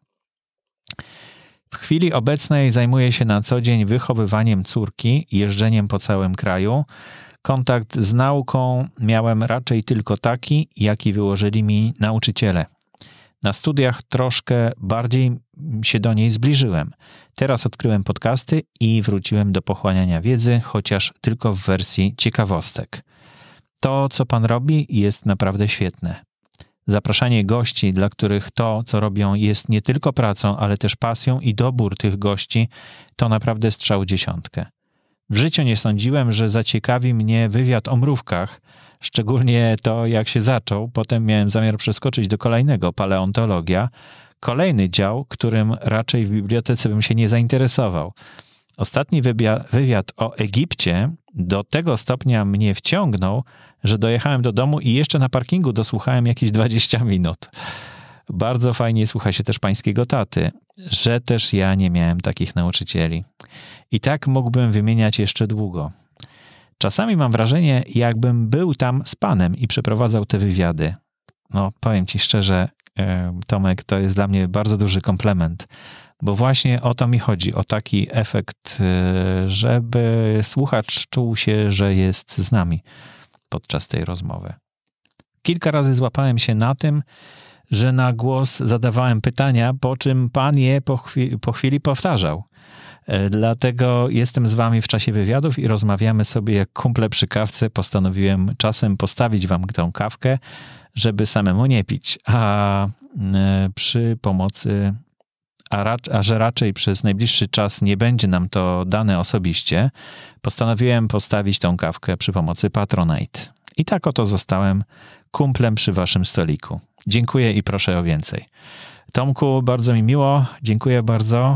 W chwili obecnej zajmuję się na co dzień wychowywaniem córki, jeżdżeniem po całym kraju. Kontakt z nauką miałem raczej tylko taki, jaki wyłożyli mi nauczyciele. Na studiach troszkę bardziej się do niej zbliżyłem. Teraz odkryłem podcasty i wróciłem do pochłaniania wiedzy, chociaż tylko w wersji ciekawostek. To, co pan robi, jest naprawdę świetne. Zapraszanie gości, dla których to, co robią, jest nie tylko pracą, ale też pasją i dobór tych gości, to naprawdę strzał w dziesiątkę. W życiu nie sądziłem, że zaciekawi mnie wywiad o mrówkach, szczególnie to, jak się zaczął. Potem miałem zamiar przeskoczyć do kolejnego, paleontologia. Kolejny dział, którym raczej w bibliotece bym się nie zainteresował. Ostatni wywiad o Egipcie do tego stopnia mnie wciągnął, że dojechałem do domu i jeszcze na parkingu dosłuchałem jakieś dwadzieścia minut. Bardzo fajnie słucha się też pańskiego taty, że też ja nie miałem takich nauczycieli. I tak mógłbym wymieniać jeszcze długo. Czasami mam wrażenie, jakbym był tam z panem i przeprowadzał te wywiady. No, powiem ci szczerze, Tomek, to jest dla mnie bardzo duży komplement, bo właśnie o to mi chodzi, o taki efekt, żeby słuchacz czuł się, że jest z nami podczas tej rozmowy. Kilka razy złapałem się na tym, że na głos zadawałem pytania, po czym pan je po chwili, po chwili powtarzał. Dlatego jestem z wami w czasie wywiadów i rozmawiamy sobie jak kumple przy kawce. Postanowiłem czasem postawić wam tę kawkę, żeby samemu nie pić, a przy pomocy, a, rac, a że raczej przez najbliższy czas nie będzie nam to dane osobiście, postanowiłem postawić tą kawkę przy pomocy Patronite. I tak oto zostałem kumplem przy waszym stoliku. Dziękuję i proszę o więcej. Tomku, bardzo mi miło, dziękuję bardzo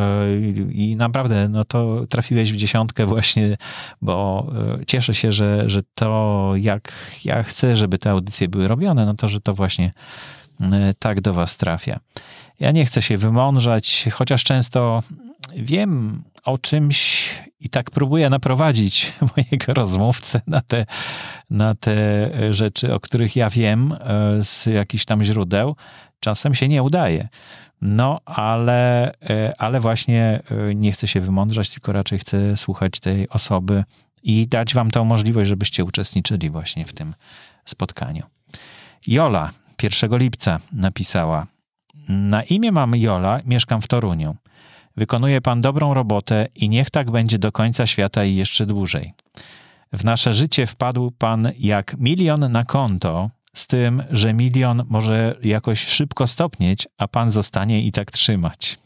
i naprawdę no to trafiłeś w dziesiątkę właśnie, bo cieszę się, że, że to jak ja chcę, żeby te audycje były robione, no to, że to właśnie tak do was trafia. Ja nie chcę się wymądrzać, chociaż często wiem o czymś i tak próbuję naprowadzić mojego rozmówcę na te, na te rzeczy, o których ja wiem z jakichś tam źródeł. Czasem się nie udaje. No, ale, ale właśnie nie chcę się wymądrzać, tylko raczej chcę słuchać tej osoby i dać wam tę możliwość, żebyście uczestniczyli właśnie w tym spotkaniu. Jola pierwszego lipca napisała: na imię mam Jola, mieszkam w Toruniu. Wykonuje pan dobrą robotę i niech tak będzie do końca świata i jeszcze dłużej. W nasze życie wpadł pan jak milion na konto, z tym, że milion może jakoś szybko stopnieć, a pan zostanie i tak trzymać.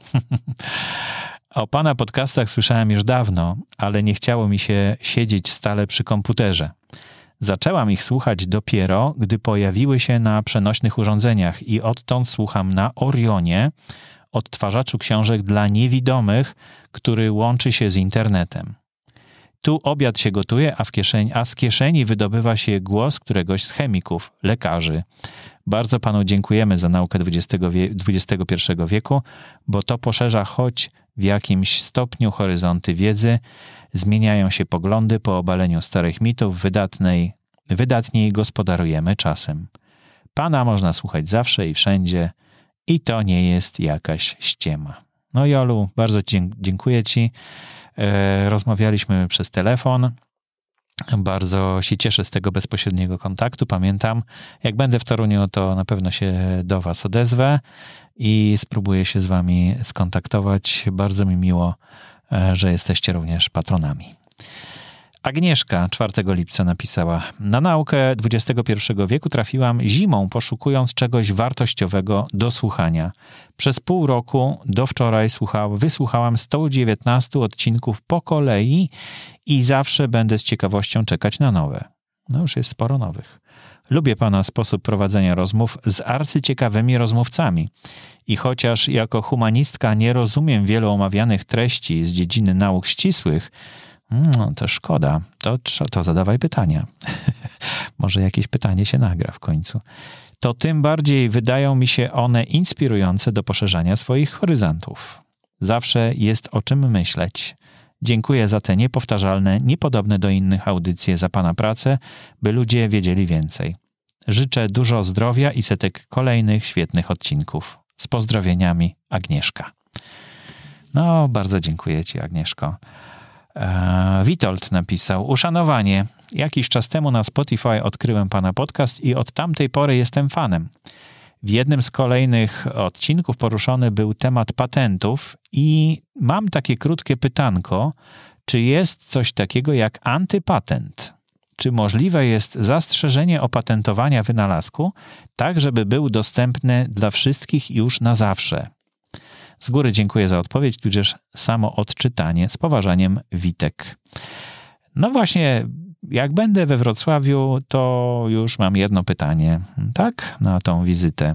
O pana podcastach słyszałem już dawno, ale nie chciało mi się siedzieć stale przy komputerze. Zaczęłam ich słuchać dopiero, gdy pojawiły się na przenośnych urządzeniach i odtąd słucham na Orionie, odtwarzaczu książek dla niewidomych, który łączy się z internetem. Tu obiad się gotuje, a, w kieszeni, a z kieszeni wydobywa się głos któregoś z chemików, lekarzy. Bardzo panu dziękujemy za naukę dwudziestego pierwszego wieku, bo to poszerza choć w jakimś stopniu horyzonty wiedzy, zmieniają się poglądy po obaleniu starych mitów, wydatnej, wydatniej gospodarujemy czasem. Pana można słuchać zawsze i wszędzie i to nie jest jakaś ściema. No Jolu, bardzo dziękuję ci. Rozmawialiśmy przez telefon. Bardzo się cieszę z tego bezpośredniego kontaktu. Pamiętam, jak będę w Toruniu, to na pewno się do was odezwę i spróbuję się z wami skontaktować. Bardzo mi miło, że jesteście również patronami. Agnieszka czwartego lipca napisała: na naukę dwudziestego pierwszego wieku trafiłam zimą, poszukując czegoś wartościowego do słuchania. Przez pół roku do wczoraj słuchał, wysłuchałam sto dziewiętnaście odcinków po kolei i zawsze będę z ciekawością czekać na nowe. No już jest sporo nowych. Lubię pana sposób prowadzenia rozmów z arcyciekawymi rozmówcami. I chociaż jako humanistka nie rozumiem wielu omawianych treści z dziedziny nauk ścisłych, no to szkoda, to, to zadawaj pytania. Może jakieś pytanie się nagra w końcu. To tym bardziej wydają mi się one inspirujące do poszerzania swoich horyzontów. Zawsze jest o czym myśleć. Dziękuję za te niepowtarzalne, niepodobne do innych audycje, za pana pracę, by ludzie wiedzieli więcej. Życzę dużo zdrowia i setek kolejnych świetnych odcinków. Z pozdrowieniami, Agnieszka. No, bardzo dziękuję ci, Agnieszko. Eee, Witold napisał: uszanowanie. Jakiś czas temu na Spotify odkryłem pana podcast i od tamtej pory jestem fanem. W jednym z kolejnych odcinków poruszony był temat patentów i mam takie krótkie pytanko, czy jest coś takiego jak antypatent? Czy możliwe jest zastrzeżenie opatentowania wynalazku, tak żeby był dostępny dla wszystkich już na zawsze? Z góry dziękuję za odpowiedź, tudzież samo odczytanie. Z poważaniem, Witek. No właśnie, jak będę we Wrocławiu, to już mam jedno pytanie, tak? Na tą wizytę,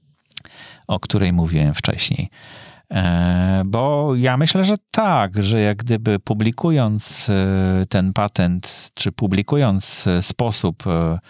o której mówiłem wcześniej. E, bo ja myślę, że tak, że jak gdyby publikując ten patent, czy publikując sposób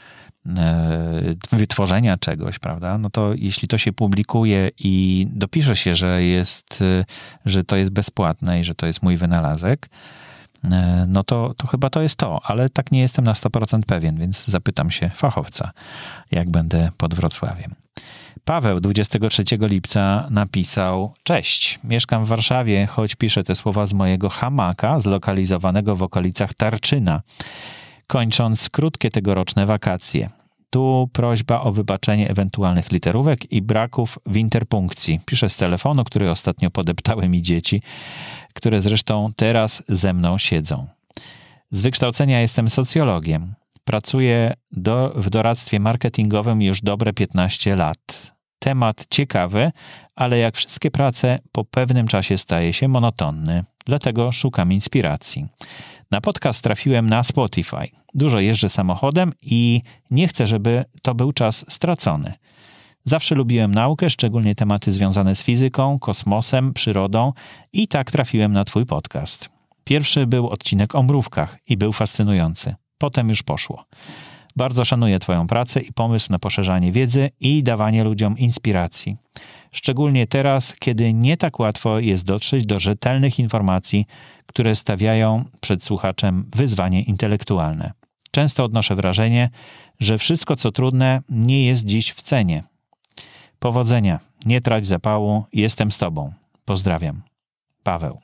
wytworzenia czegoś, prawda, no to jeśli to się publikuje i dopisze się, że jest, że to jest bezpłatne i że to jest mój wynalazek, no to, to chyba to jest to, ale tak nie jestem na sto procent pewien, więc zapytam się fachowca, jak będę pod Wrocławiem. Paweł dwudziestego trzeciego lipca napisał: cześć, mieszkam w Warszawie, choć piszę te słowa z mojego hamaka zlokalizowanego w okolicach Tarczyna, kończąc krótkie tegoroczne wakacje. Tu prośba o wybaczenie ewentualnych literówek i braków w interpunkcji. Piszę z telefonu, który ostatnio podeptały mi dzieci, które zresztą teraz ze mną siedzą. Z wykształcenia jestem socjologiem. Pracuję do, w doradztwie marketingowym już dobre piętnaście lat. Temat ciekawy, ale jak wszystkie prace po pewnym czasie staje się monotonny. Dlatego szukam inspiracji. Na podcast trafiłem na Spotify. Dużo jeżdżę samochodem i nie chcę, żeby to był czas stracony. Zawsze lubiłem naukę, szczególnie tematy związane z fizyką, kosmosem, przyrodą i tak trafiłem na twój podcast. Pierwszy był odcinek o mrówkach i był fascynujący. Potem już poszło. Bardzo szanuję twoją pracę i pomysł na poszerzanie wiedzy i dawanie ludziom inspiracji. Szczególnie teraz, kiedy nie tak łatwo jest dotrzeć do rzetelnych informacji, które stawiają przed słuchaczem wyzwanie intelektualne. Często odnoszę wrażenie, że wszystko co trudne nie jest dziś w cenie. Powodzenia, nie trać zapału, jestem z tobą. Pozdrawiam. Paweł.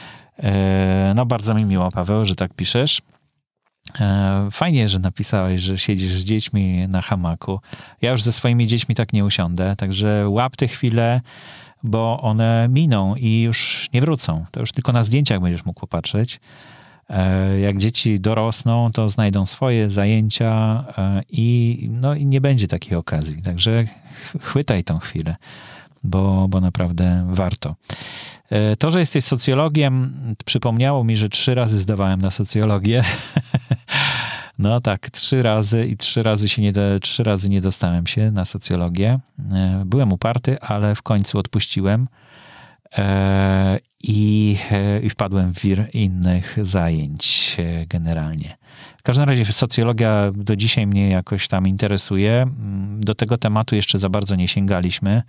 No bardzo mi miło, Paweł, że tak piszesz. Fajnie, że napisałeś, że siedzisz z dziećmi na hamaku. Ja już ze swoimi dziećmi tak nie usiądę, także łap te chwile, bo one miną i już nie wrócą. To już tylko na zdjęciach będziesz mógł popatrzeć. Jak dzieci dorosną, to znajdą swoje zajęcia i, no, i nie będzie takiej okazji. Także chwytaj tą chwilę, bo, bo naprawdę warto. To, że jesteś socjologiem, przypomniało mi, że trzy razy zdawałem na socjologię. No tak, trzy razy i trzy razy się nie, do, trzy razy nie dostałem się na socjologię. Byłem uparty, ale w końcu odpuściłem. i, i wpadłem w wir innych zajęć generalnie. W każdym razie socjologia do dzisiaj mnie jakoś tam interesuje. Do tego tematu jeszcze za bardzo nie sięgaliśmy,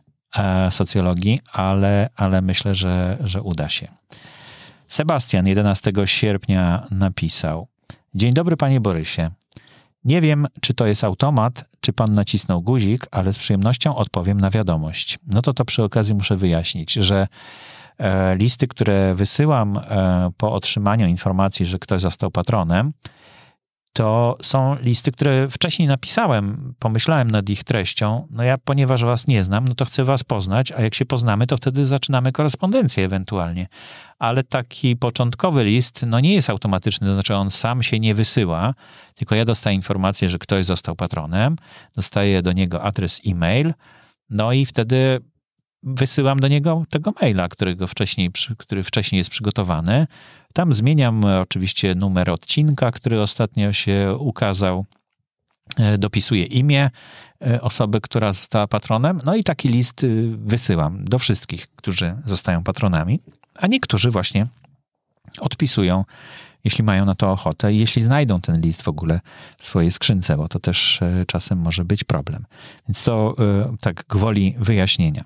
socjologii, ale, ale myślę, że, że uda się. Sebastian jedenastego sierpnia napisał: Dzień dobry, panie Borysie. Nie wiem, czy to jest automat, czy pan nacisnął guzik, ale z przyjemnością odpowiem na wiadomość. No to to przy okazji muszę wyjaśnić, że e, listy, które wysyłam e, po otrzymaniu informacji, że ktoś został patronem, to są listy, które wcześniej napisałem, pomyślałem nad ich treścią. No ja, ponieważ was nie znam, no to chcę was poznać, a jak się poznamy, to wtedy zaczynamy korespondencję ewentualnie. Ale taki początkowy list, no nie jest automatyczny, to znaczy on sam się nie wysyła, tylko ja dostaję informację, że ktoś został patronem, dostaję do niego adres e-mail, no i wtedy wysyłam do niego tego maila, którego wcześniej, który wcześniej jest przygotowany. Tam zmieniam oczywiście numer odcinka, który ostatnio się ukazał. Dopisuję imię osoby, która została patronem. No i taki list wysyłam do wszystkich, którzy zostają patronami, a niektórzy właśnie odpisują, jeśli mają na to ochotę i jeśli znajdą ten list w ogóle w swojej skrzynce, bo to też czasem może być problem. Więc to tak gwoli wyjaśnienia.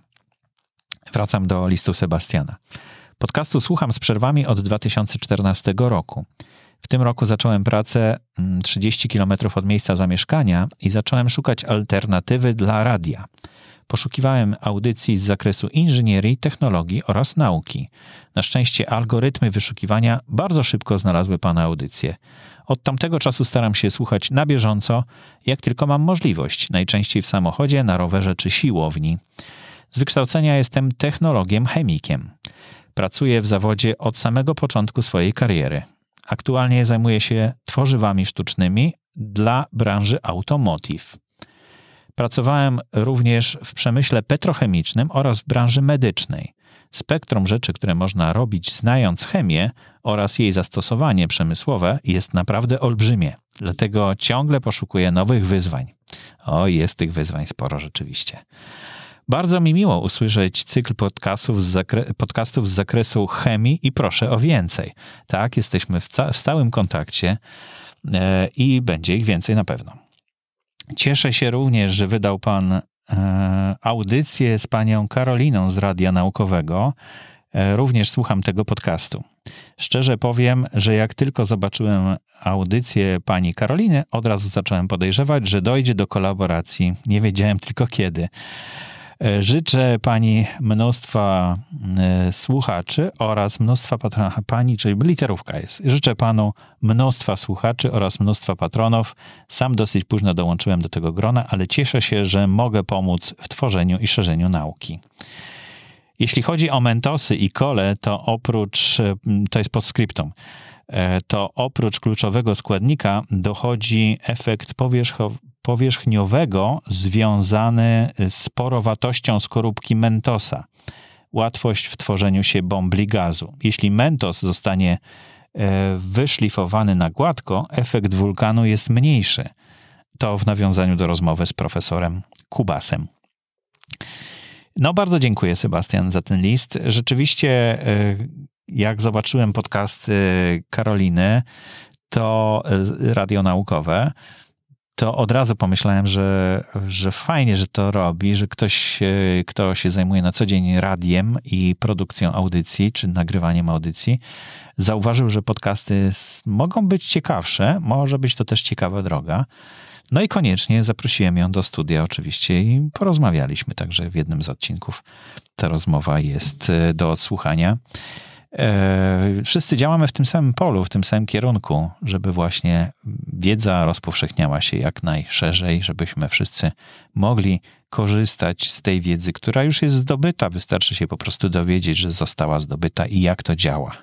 Wracam do listu Sebastiana. Podcastu słucham z przerwami od dwa tysiące czternastego roku. W tym roku zacząłem pracę trzydzieści kilometrów od miejsca zamieszkania i zacząłem szukać alternatywy dla radia. Poszukiwałem audycji z zakresu inżynierii, technologii oraz nauki. Na szczęście algorytmy wyszukiwania bardzo szybko znalazły pana audycję. Od tamtego czasu staram się słuchać na bieżąco, jak tylko mam możliwość, najczęściej w samochodzie, na rowerze czy siłowni. Z wykształcenia jestem technologiem, chemikiem. Pracuję w zawodzie od samego początku swojej kariery. Aktualnie zajmuję się tworzywami sztucznymi dla branży automotive. Pracowałem również w przemyśle petrochemicznym oraz w branży medycznej. Spektrum rzeczy, które można robić znając chemię oraz jej zastosowanie przemysłowe jest naprawdę olbrzymie. Dlatego ciągle poszukuję nowych wyzwań. O, jest tych wyzwań sporo rzeczywiście. Bardzo mi miło usłyszeć cykl podcastów z, zakre- podcastów z zakresu chemii i proszę o więcej. Tak, jesteśmy w, ca- w stałym kontakcie e, i będzie ich więcej na pewno. Cieszę się również, że wydał pan e, audycję z panią Karoliną z Radia Naukowego. E, również słucham tego podcastu. Szczerze powiem, że jak tylko zobaczyłem audycję pani Karoliny, od razu zacząłem podejrzewać, że dojdzie do kolaboracji. Nie wiedziałem tylko kiedy. Życzę pani mnóstwa słuchaczy oraz mnóstwa patronów. Pani, czyli literówka jest. Życzę panu mnóstwa słuchaczy oraz mnóstwa patronów. Sam dosyć późno dołączyłem do tego grona, ale cieszę się, że mogę pomóc w tworzeniu i szerzeniu nauki. Jeśli chodzi o Mentosy i kole, to oprócz, to jest postscriptum, to oprócz kluczowego składnika dochodzi efekt powierzchowny, powierzchniowego związany z porowatością skorupki Mentosa. Łatwość w tworzeniu się bombli gazu. Jeśli Mentos zostanie wyszlifowany na gładko, efekt wulkanu jest mniejszy. To w nawiązaniu do rozmowy z profesorem Kubasem. No bardzo dziękuję, Sebastian, za ten list. Rzeczywiście, jak zobaczyłem podcast Karoliny, to radio naukowe, to od razu pomyślałem, że, że fajnie, że to robi, że ktoś, kto się zajmuje na co dzień radiem i produkcją audycji, czy nagrywaniem audycji, zauważył, że podcasty mogą być ciekawsze, może być to też ciekawa droga. No i koniecznie zaprosiłem ją do studia oczywiście i porozmawialiśmy, także w jednym z odcinków ta rozmowa jest do odsłuchania. Wszyscy działamy w tym samym polu, w tym samym kierunku, żeby właśnie wiedza rozpowszechniała się jak najszerzej, żebyśmy wszyscy mogli korzystać z tej wiedzy, która już jest zdobyta. Wystarczy się po prostu dowiedzieć, że została zdobyta i jak to działa.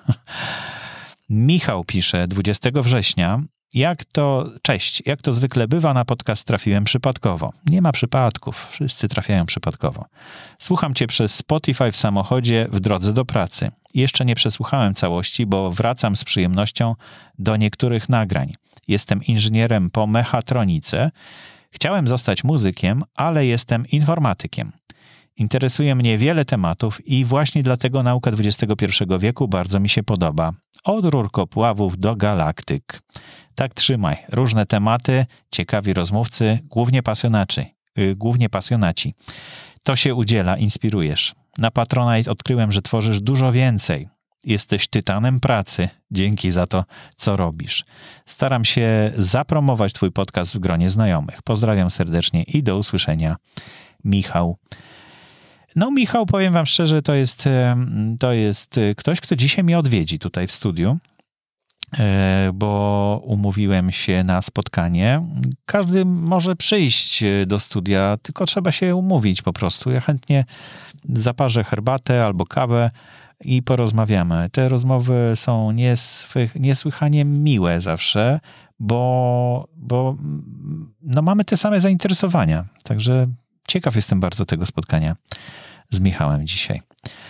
Michał pisze dwudziestego września. Jak to, cześć, jak to zwykle bywa, na podcast trafiłem przypadkowo. Nie ma przypadków, wszyscy trafiają przypadkowo. Słucham cię przez Spotify w samochodzie w drodze do pracy. Jeszcze nie przesłuchałem całości, bo wracam z przyjemnością do niektórych nagrań. Jestem inżynierem po mechatronice. Chciałem zostać muzykiem, ale jestem informatykiem. Interesuje mnie wiele tematów i właśnie dlatego nauka dwudziestego pierwszego wieku bardzo mi się podoba. Od rurkopławów do galaktyk. Tak trzymaj. Różne tematy, ciekawi rozmówcy, głównie pasjonaci. Yy, głównie pasjonaci. To się udziela, inspirujesz. Na Patronite odkryłem, że tworzysz dużo więcej. Jesteś tytanem pracy. Dzięki za to, co robisz. Staram się zapromować twój podcast w gronie znajomych. Pozdrawiam serdecznie i do usłyszenia. Michał. No Michał, powiem wam szczerze, to jest, to jest ktoś, kto dzisiaj mnie odwiedzi tutaj w studiu, bo umówiłem się na spotkanie. Każdy może przyjść do studia, tylko trzeba się umówić po prostu. Ja chętnie zaparzę herbatę albo kawę i porozmawiamy. Te rozmowy są nieswych, niesłychanie miłe zawsze, bo, bo no mamy te same zainteresowania. Także ciekaw jestem bardzo tego spotkania z Michałem dzisiaj.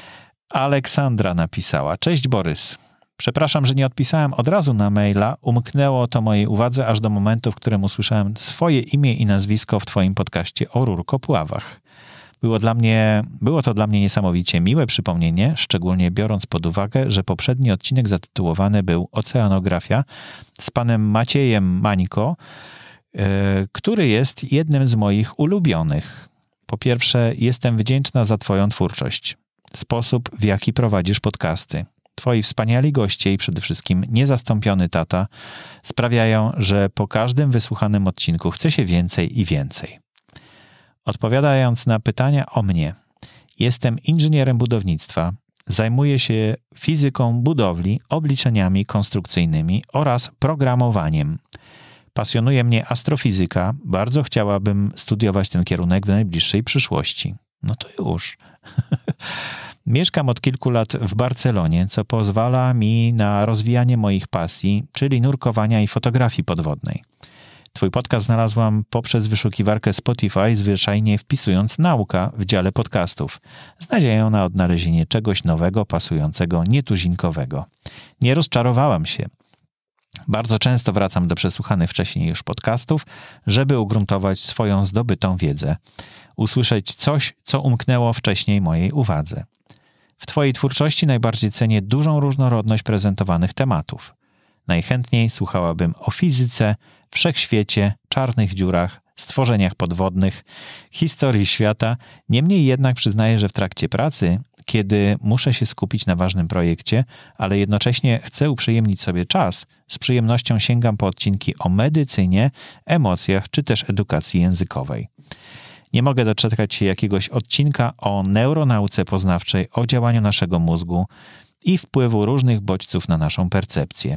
Aleksandra napisała: Cześć Borys. Przepraszam, że nie odpisałem od razu na maila. Umknęło to mojej uwadze aż do momentu, w którym usłyszałem swoje imię i nazwisko w twoim podcaście o rurkopławach. Było, dla mnie, było to dla mnie niesamowicie miłe przypomnienie, szczególnie biorąc pod uwagę, że poprzedni odcinek zatytułowany był Oceanografia z panem Maciejem Mańko, yy, który jest jednym z moich ulubionych. Po pierwsze, jestem wdzięczna za twoją twórczość, sposób, w jaki prowadzisz podcasty. Twoi wspaniali goście i przede wszystkim niezastąpiony tata sprawiają, że po każdym wysłuchanym odcinku chce się więcej i więcej. Odpowiadając na pytania o mnie, jestem inżynierem budownictwa, zajmuję się fizyką budowli, obliczeniami konstrukcyjnymi oraz programowaniem. Pasjonuje mnie astrofizyka, bardzo chciałabym studiować ten kierunek w najbliższej przyszłości. No to już. Mieszkam od kilku lat w Barcelonie, co pozwala mi na rozwijanie moich pasji, czyli nurkowania i fotografii podwodnej. Twój podcast znalazłam poprzez wyszukiwarkę Spotify, zwyczajnie wpisując nauka w dziale podcastów, z nadzieją na odnalezienie czegoś nowego, pasującego, nietuzinkowego. Nie rozczarowałam się. Bardzo często wracam do przesłuchanych wcześniej już podcastów, żeby ugruntować swoją zdobytą wiedzę, usłyszeć coś, co umknęło wcześniej mojej uwadze. W twojej twórczości najbardziej cenię dużą różnorodność prezentowanych tematów. Najchętniej słuchałabym o fizyce, wszechświecie, czarnych dziurach, stworzeniach podwodnych, historii świata. Niemniej jednak przyznaję, że w trakcie pracy, kiedy muszę się skupić na ważnym projekcie, ale jednocześnie chcę uprzyjemnić sobie czas, z przyjemnością sięgam po odcinki o medycynie, emocjach czy też edukacji językowej. Nie mogę doczekać się jakiegoś odcinka o neuronauce poznawczej, o działaniu naszego mózgu i wpływu różnych bodźców na naszą percepcję.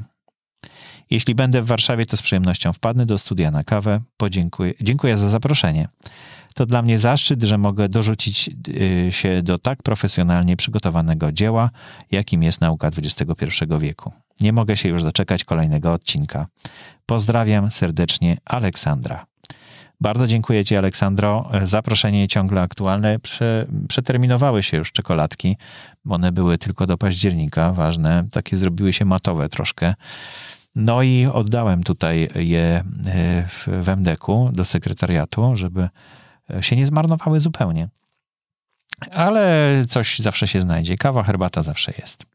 Jeśli będę w Warszawie, to z przyjemnością wpadnę do studia na kawę. Podziękuję. Dziękuję za zaproszenie. To dla mnie zaszczyt, że mogę dorzucić się do tak profesjonalnie przygotowanego dzieła, jakim jest nauka dwudziestego pierwszego wieku. Nie mogę się już doczekać kolejnego odcinka. Pozdrawiam serdecznie, Aleksandra. Bardzo dziękuję ci, Aleksandro. Zaproszenie ciągle aktualne. Prze, przeterminowały się już czekoladki, bo one były tylko do października, ważne. Takie zrobiły się matowe troszkę. No i oddałem tutaj je w, w em de ku do sekretariatu, żeby się nie zmarnowały zupełnie. Ale coś zawsze się znajdzie. Kawa, herbata zawsze jest.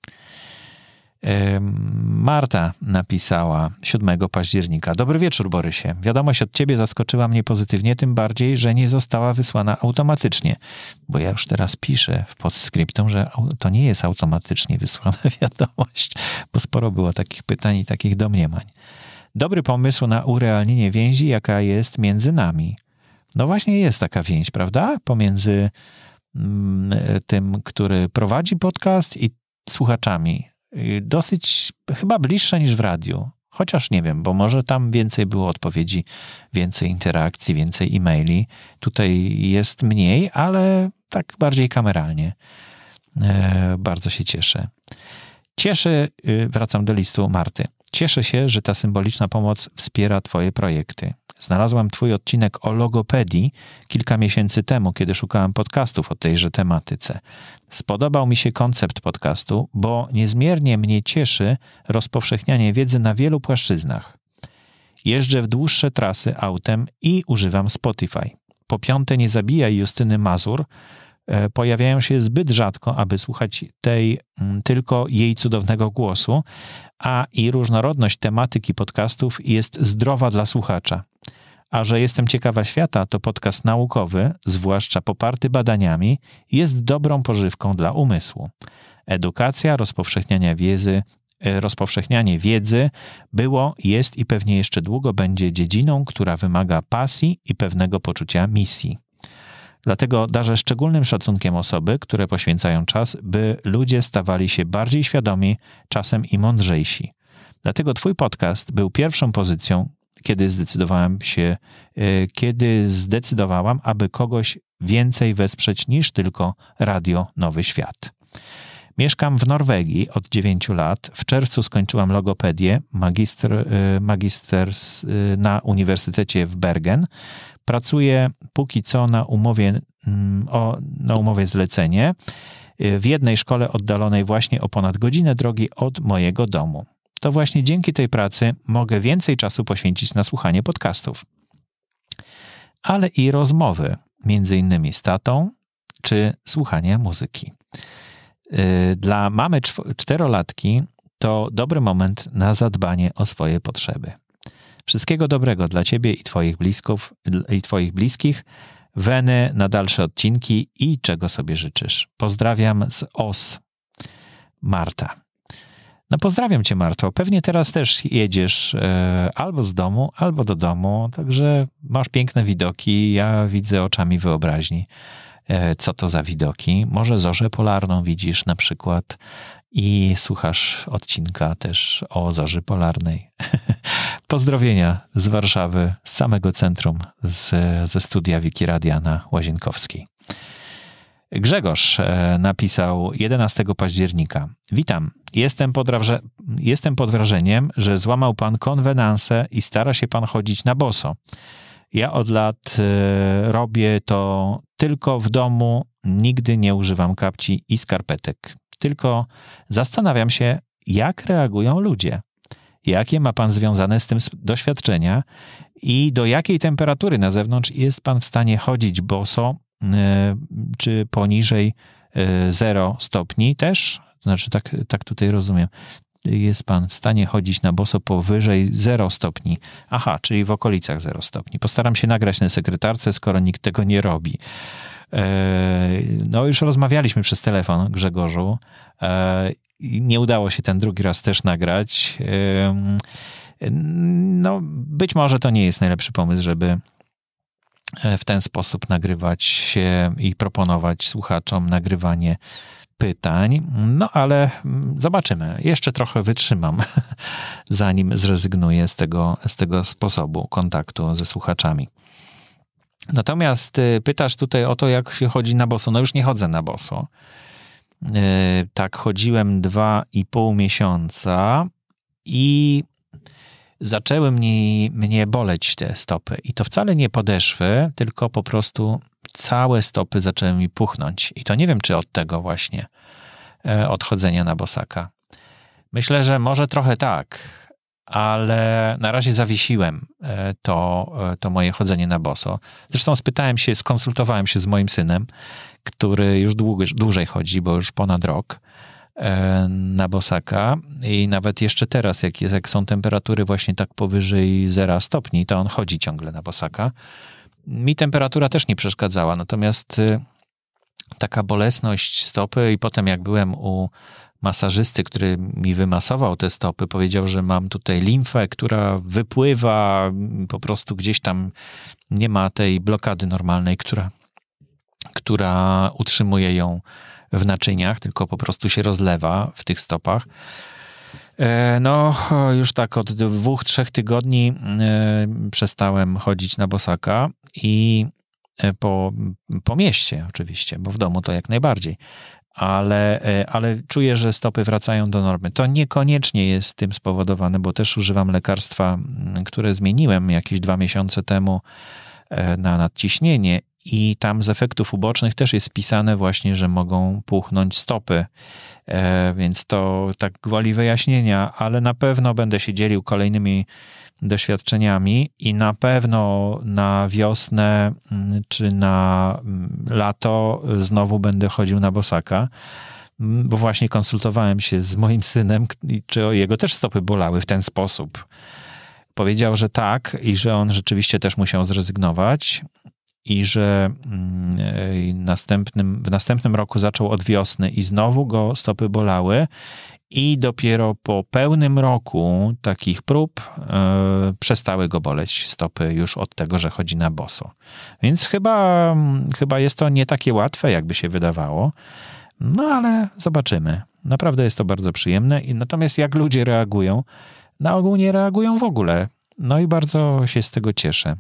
Marta napisała siódmego października. Dobry wieczór, Borysie. Wiadomość od ciebie zaskoczyła mnie pozytywnie, tym bardziej, że nie została wysłana automatycznie. Bo ja już teraz piszę w postscriptum, że to nie jest automatycznie wysłana wiadomość, bo sporo było takich pytań i takich domniemań. Dobry pomysł na urealnienie więzi, jaka jest między nami. No właśnie jest taka więź, prawda? Pomiędzy tym, który prowadzi podcast i słuchaczami. Dosyć chyba bliższa niż w radiu. Chociaż nie wiem, bo może tam więcej było odpowiedzi, więcej interakcji, więcej e-maili. Tutaj jest mniej, ale tak bardziej kameralnie. E, bardzo się cieszę. Cieszę, wracam do listu Marty. Cieszę się, że ta symboliczna pomoc wspiera twoje projekty. Znalazłam twój odcinek o logopedii kilka miesięcy temu, kiedy szukałam podcastów o tejże tematyce. Spodobał mi się koncept podcastu, bo niezmiernie mnie cieszy rozpowszechnianie wiedzy na wielu płaszczyznach. Jeżdżę w dłuższe trasy autem i używam Spotify. Po piąte, nie zabijaj Justyny Mazur, pojawiają się zbyt rzadko, aby słuchać tej tylko jej cudownego głosu, a i różnorodność tematyki podcastów jest zdrowa dla słuchacza. A że jestem ciekawa świata, to podcast naukowy, zwłaszcza poparty badaniami, jest dobrą pożywką dla umysłu. Edukacja, rozpowszechnianie wiedzy, rozpowszechnianie wiedzy było, jest i pewnie jeszcze długo będzie dziedziną, która wymaga pasji i pewnego poczucia misji. Dlatego darzę szczególnym szacunkiem osoby, które poświęcają czas, by ludzie stawali się bardziej świadomi, czasem i mądrzejsi. Dlatego twój podcast był pierwszą pozycją, kiedy zdecydowałem się, kiedy zdecydowałam, aby kogoś więcej wesprzeć niż tylko Radio Nowy Świat. Mieszkam w Norwegii od dziewięciu lat. W czerwcu skończyłam logopedię, magister, magister na Uniwersytecie w Bergen. Pracuję póki co na umowie, o, na umowie zlecenie w jednej szkole oddalonej właśnie o ponad godzinę drogi od mojego domu. To właśnie dzięki tej pracy mogę więcej czasu poświęcić na słuchanie podcastów. Ale i rozmowy, między innymi z tatą, czy słuchanie muzyki. Dla mamy czterolatki to dobry moment na zadbanie o swoje potrzeby. Wszystkiego dobrego dla ciebie i twoich blisków, i twoich bliskich, weny na dalsze odcinki i czego sobie życzysz. Pozdrawiam z O S. Marta. No pozdrawiam cię, Marto. Pewnie teraz też jedziesz e, albo z domu, albo do domu, także masz piękne widoki. Ja widzę oczami wyobraźni, e, co to za widoki. Może zorzę polarną widzisz na przykład i słuchasz odcinka też o zorzy polarnej. Pozdrowienia z Warszawy, z samego centrum, z, ze studia Wikiradia na Łazienkowskiej. Grzegorz napisał jedenastego października. Witam. Jestem pod, wraże- jestem pod wrażeniem, że złamał pan konwenansę i stara się pan chodzić na boso. Ja od lat y, robię to tylko w domu, nigdy nie używam kapci i skarpetek. Tylko zastanawiam się, jak reagują ludzie. Jakie ma pan związane z tym doświadczenia i do jakiej temperatury na zewnątrz jest pan w stanie chodzić boso, czy poniżej zero stopni też? Znaczy tak, tak tutaj rozumiem. Jest pan w stanie chodzić na boso powyżej zero stopni. Aha, czyli w okolicach zero stopni. Postaram się nagrać na sekretarce, skoro nikt tego nie robi. No już rozmawialiśmy przez telefon, Grzegorzu. Nie udało się ten drugi raz też nagrać. No być może to nie jest najlepszy pomysł, żeby w ten sposób nagrywać się i proponować słuchaczom nagrywanie pytań. No ale zobaczymy. Jeszcze trochę wytrzymam, zanim zrezygnuję z tego, z tego sposobu kontaktu ze słuchaczami. Natomiast pytasz tutaj o to, jak się chodzi na boso. No już nie chodzę na boso. Tak chodziłem dwa i pół miesiąca i zaczęły mnie, mnie boleć te stopy. I to wcale nie podeszwy, tylko po prostu całe stopy zaczęły mi puchnąć. I to nie wiem, czy od tego właśnie od chodzenia na bosaka. Myślę, że może trochę tak, ale na razie zawiesiłem to, to moje chodzenie na boso. Zresztą spytałem się, skonsultowałem się z moim synem, który już długo, dłużej chodzi, bo już ponad rok na bosaka i nawet jeszcze teraz, jak, jak są temperatury właśnie tak powyżej zera stopni, to on chodzi ciągle na bosaka. Mi temperatura też nie przeszkadzała, natomiast taka bolesność stopy i potem jak byłem u masażysty, który mi wymasował te stopy, powiedział, że mam tutaj limfę, która wypływa, po prostu gdzieś tam nie ma tej blokady normalnej, która, która utrzymuje ją w naczyniach, tylko po prostu się rozlewa w tych stopach. No, już tak od dwóch, trzech tygodni przestałem chodzić na bosaka i po, po mieście oczywiście, bo w domu to jak najbardziej. Ale, ale czuję, że stopy wracają do normy. To niekoniecznie jest tym spowodowane, bo też używam lekarstwa, które zmieniłem jakieś dwa miesiące temu na nadciśnienie i tam z efektów ubocznych też jest wpisane właśnie, że mogą puchnąć stopy, więc to tak gwoli wyjaśnienia, ale na pewno będę się dzielił kolejnymi doświadczeniami i na pewno na wiosnę czy na lato znowu będę chodził na bosaka, bo właśnie konsultowałem się z moim synem, czy jego też stopy bolały w ten sposób. Powiedział, że tak i że on rzeczywiście też musiał zrezygnować i że następnym, w następnym roku zaczął od wiosny i znowu go stopy bolały i dopiero po pełnym roku takich prób yy, przestały go boleć stopy już od tego, że chodzi na boso. Więc chyba, chyba jest to nie takie łatwe, jakby się wydawało, no ale zobaczymy. Naprawdę jest to bardzo przyjemne i natomiast jak ludzie reagują, na ogół nie reagują w ogóle. No i bardzo się z tego cieszę.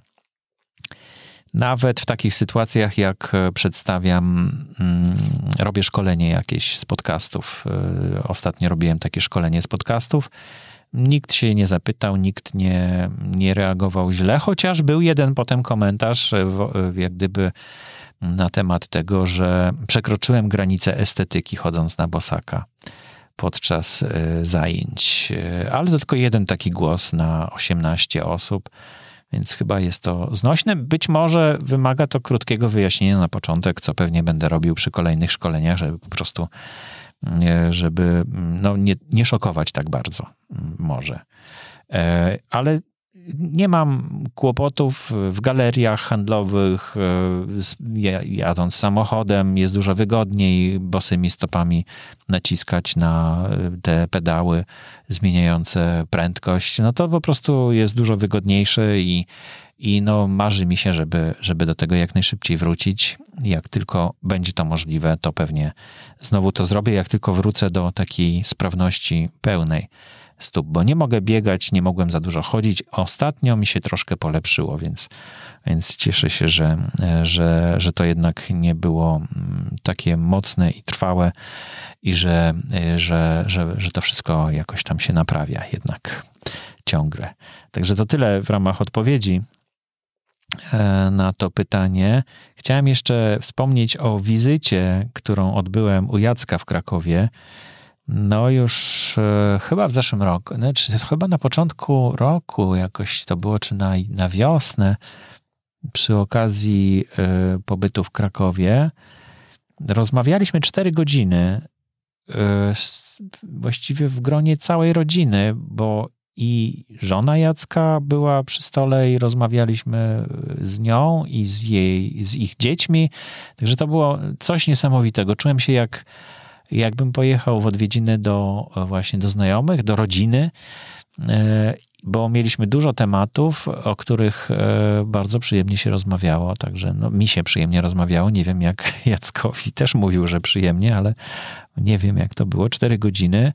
Nawet w takich sytuacjach, jak przedstawiam, robię szkolenie jakieś z podcastów. Ostatnio robiłem takie szkolenie z podcastów. Nikt się nie zapytał, nikt nie, nie reagował źle, chociaż był jeden potem komentarz, jak gdyby na temat tego, że przekroczyłem granicę estetyki chodząc na bosaka podczas zajęć. Ale to tylko jeden taki głos na osiemnaście osób. Więc chyba jest to znośne. Być może wymaga to krótkiego wyjaśnienia na początek, co pewnie będę robił przy kolejnych szkoleniach, żeby po prostu, żeby no nie, nie szokować tak bardzo może. Ale nie mam kłopotów w galeriach handlowych, jadąc samochodem jest dużo wygodniej bosymi stopami naciskać na te pedały zmieniające prędkość. No to po prostu jest dużo wygodniejsze i, i no marzy mi się, żeby, żeby do tego jak najszybciej wrócić. Jak tylko będzie to możliwe, to pewnie znowu to zrobię, jak tylko wrócę do takiej sprawności pełnej stóp, bo nie mogę biegać, nie mogłem za dużo chodzić. Ostatnio mi się troszkę polepszyło, więc, więc cieszę się, że, że, że to jednak nie było takie mocne i trwałe i że, że, że, że to wszystko jakoś tam się naprawia jednak ciągle. Także to tyle w ramach odpowiedzi na to pytanie. Chciałem jeszcze wspomnieć o wizycie, którą odbyłem u Jacka w Krakowie. No już e, chyba w zeszłym roku, znaczy chyba na początku roku jakoś to było, czy na, na wiosnę, przy okazji e, pobytu w Krakowie. Rozmawialiśmy cztery godziny, e, właściwie w gronie całej rodziny, bo i żona Jacka była przy stole i rozmawialiśmy z nią i z jej, z ich dziećmi. Także to było coś niesamowitego. Czułem się jak jakbym pojechał w odwiedziny do właśnie do znajomych, do rodziny, bo mieliśmy dużo tematów, o których bardzo przyjemnie się rozmawiało, także no, mi się przyjemnie rozmawiało, nie wiem jak Jackowi też mówił, że przyjemnie, ale nie wiem jak to było, cztery godziny,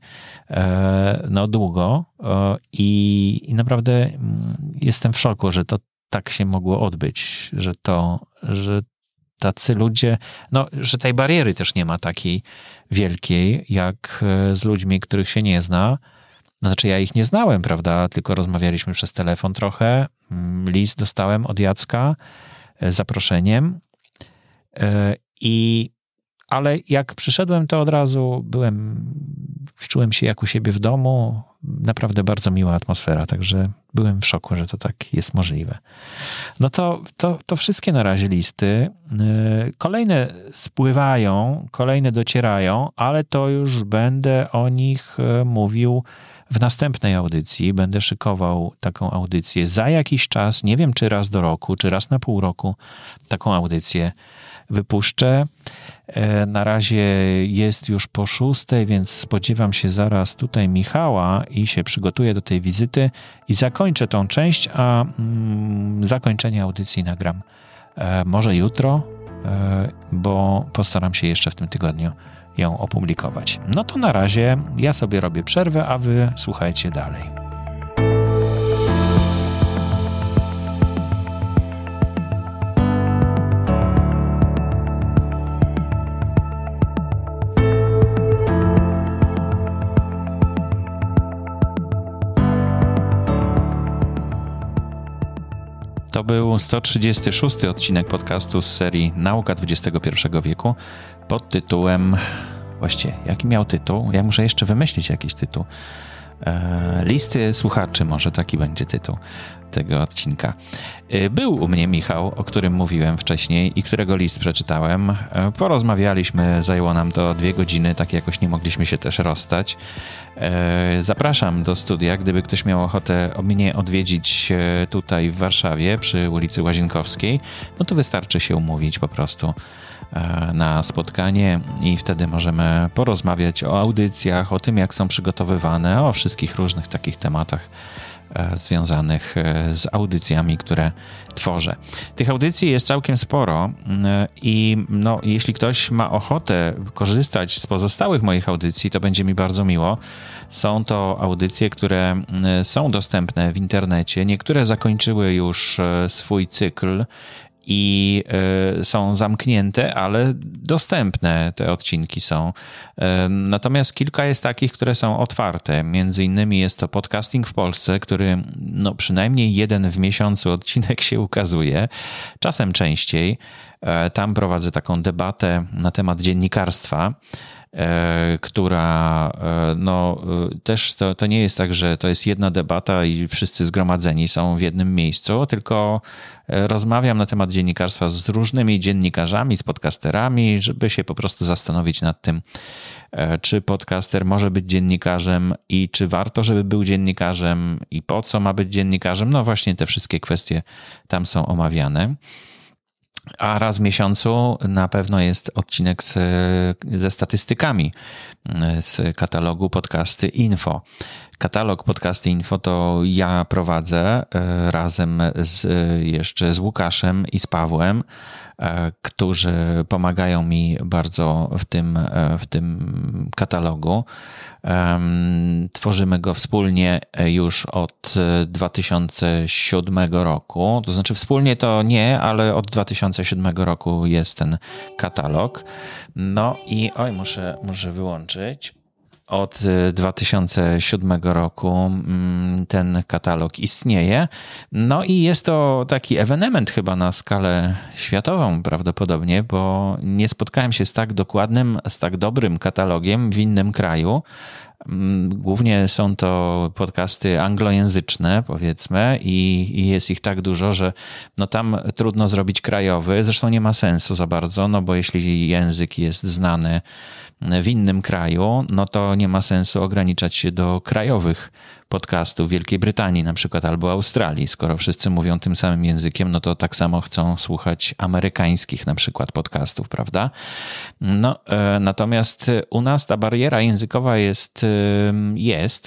no długo i, i naprawdę jestem w szoku, że to tak się mogło odbyć, że to, że tacy ludzie, no, że tej bariery też nie ma takiej wielkiej, jak z ludźmi, których się nie zna. Znaczy ja ich nie znałem, prawda, tylko rozmawialiśmy przez telefon trochę. List dostałem od Jacka z zaproszeniem i ale jak przyszedłem, to od razu byłem, czułem się jak u siebie w domu. Naprawdę bardzo miła atmosfera, także byłem w szoku, że to tak jest możliwe. No to, to, to wszystkie na razie listy. Kolejne spływają, kolejne docierają, ale to już będę o nich mówił w następnej audycji. Będę szykował taką audycję za jakiś czas, nie wiem czy raz do roku, czy raz na pół roku taką audycję wypuszczę. Na razie jest już po szóstej, więc spodziewam się zaraz tutaj Michała i się przygotuję do tej wizyty i zakończę tą część, a mm, zakończenie audycji nagram e, może jutro, e, bo postaram się jeszcze w tym tygodniu ją opublikować. No to na razie ja sobie robię przerwę, a wy słuchajcie dalej. To był sto trzydziesty szósty odcinek podcastu z serii Nauka dwudziestego pierwszego wieku pod tytułem... Właściwie, jaki miał tytuł? Ja muszę jeszcze wymyślić jakiś tytuł. Eee, listy słuchaczy, może taki będzie tytuł tego odcinka. Eee, był u mnie Michał, o którym mówiłem wcześniej i którego list przeczytałem. Eee, porozmawialiśmy, zajęło nam to dwie godziny, tak jakoś nie mogliśmy się też rozstać. Eee, zapraszam do studia, gdyby ktoś miał ochotę mnie odwiedzić tutaj w Warszawie przy ulicy Łazienkowskiej, no to wystarczy się umówić po prostu na spotkanie i wtedy możemy porozmawiać o audycjach, o tym, jak są przygotowywane, o wszystkich różnych takich tematach związanych z audycjami, które tworzę. Tych audycji jest całkiem sporo i no, jeśli ktoś ma ochotę korzystać z pozostałych moich audycji, to będzie mi bardzo miło. Są to audycje, które są dostępne w internecie. Niektóre zakończyły już swój cykl i y, są zamknięte, ale dostępne te odcinki są. Y, natomiast kilka jest takich, które są otwarte. Między innymi jest to Podcasting w Polsce, który no, przynajmniej jeden w miesiącu odcinek się ukazuje, czasem częściej. Y, tam prowadzę taką debatę na temat dziennikarstwa, która no też to, to nie jest tak, że to jest jedna debata i wszyscy zgromadzeni są w jednym miejscu, tylko rozmawiam na temat dziennikarstwa z różnymi dziennikarzami, z podcasterami, żeby się po prostu zastanowić nad tym, czy podcaster może być dziennikarzem i czy warto, żeby był dziennikarzem i po co ma być dziennikarzem. No właśnie te wszystkie kwestie tam są omawiane. A raz w miesiącu na pewno jest odcinek z, ze statystykami z katalogu Podcasty Info. Katalog Podcasty Info to ja prowadzę razem z, jeszcze z Łukaszem i z Pawłem, którzy pomagają mi bardzo w tym, w tym katalogu. Tworzymy go wspólnie już od dwa tysiące siódmego roku. To znaczy wspólnie to nie, ale od dwa tysiące siódmego roku jest ten katalog. No i oj, muszę, muszę wyłączyć. Od dwa tysiące siódmego roku ten katalog istnieje. No i jest to taki ewenement chyba na skalę światową prawdopodobnie, bo nie spotkałem się z tak dokładnym, z tak dobrym katalogiem w innym kraju. Głównie są to podcasty anglojęzyczne, powiedzmy, i, i jest ich tak dużo, że no tam trudno zrobić krajowy. Zresztą nie ma sensu za bardzo, no bo jeśli język jest znany w innym kraju, no to nie ma sensu ograniczać się do krajowych podcastów Wielkiej Brytanii na przykład albo Australii. Skoro wszyscy mówią tym samym językiem, no to tak samo chcą słuchać amerykańskich na przykład podcastów, prawda? No, e, natomiast u nas ta bariera językowa jest, e, jest.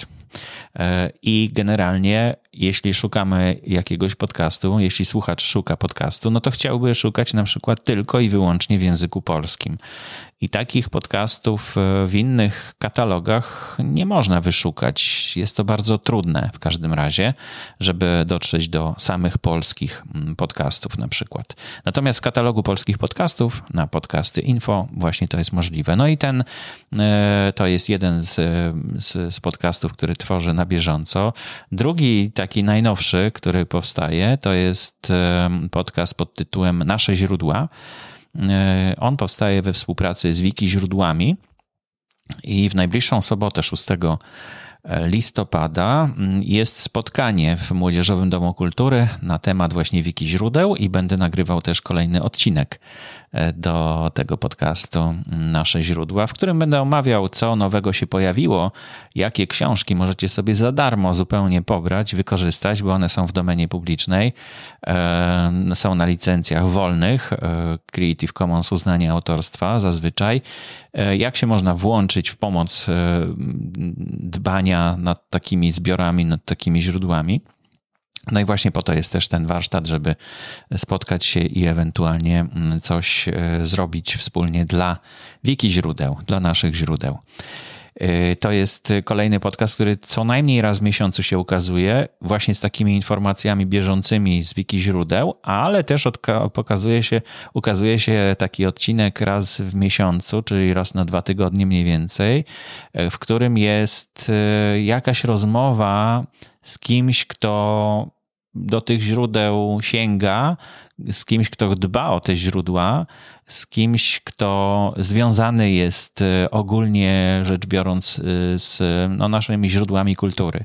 I generalnie, jeśli szukamy jakiegoś podcastu, jeśli słuchacz szuka podcastu, no to chciałby szukać na przykład tylko i wyłącznie w języku polskim. I takich podcastów w innych katalogach nie można wyszukać. Jest to bardzo trudne w każdym razie, żeby dotrzeć do samych polskich podcastów na przykład. Natomiast w katalogu polskich podcastów na Podcasty Info właśnie to jest możliwe. No i ten to jest jeden z, z, z podcastów, który tworzę na bieżąco. Drugi taki najnowszy, który powstaje, to jest podcast pod tytułem Nasze źródła. On powstaje we współpracy z Wiki Źródłami i w najbliższą sobotę, szóstego listopada, jest spotkanie w Młodzieżowym Domu Kultury na temat właśnie Wiki Źródeł i będę nagrywał też kolejny odcinek do tego podcastu Nasze Źródła, w którym będę omawiał, co nowego się pojawiło, jakie książki możecie sobie za darmo zupełnie pobrać, wykorzystać, bo one są w domenie publicznej, są na licencjach wolnych, Creative Commons uznanie autorstwa zazwyczaj, jak się można włączyć w pomoc dbania nad takimi zbiorami, nad takimi źródłami. No i właśnie po to jest też ten warsztat, żeby spotkać się i ewentualnie coś zrobić wspólnie dla Wiki źródeł, dla naszych źródeł. To jest kolejny podcast, który co najmniej raz w miesiącu się ukazuje, właśnie z takimi informacjami bieżącymi z Wiki źródeł, ale też odka- pokazuje się, ukazuje się taki odcinek raz w miesiącu, czyli raz na dwa tygodnie mniej więcej, w którym jest jakaś rozmowa z kimś, kto do tych źródeł sięga, z kimś, kto dba o te źródła, z kimś, kto związany jest ogólnie rzecz biorąc z no, naszymi źródłami kultury.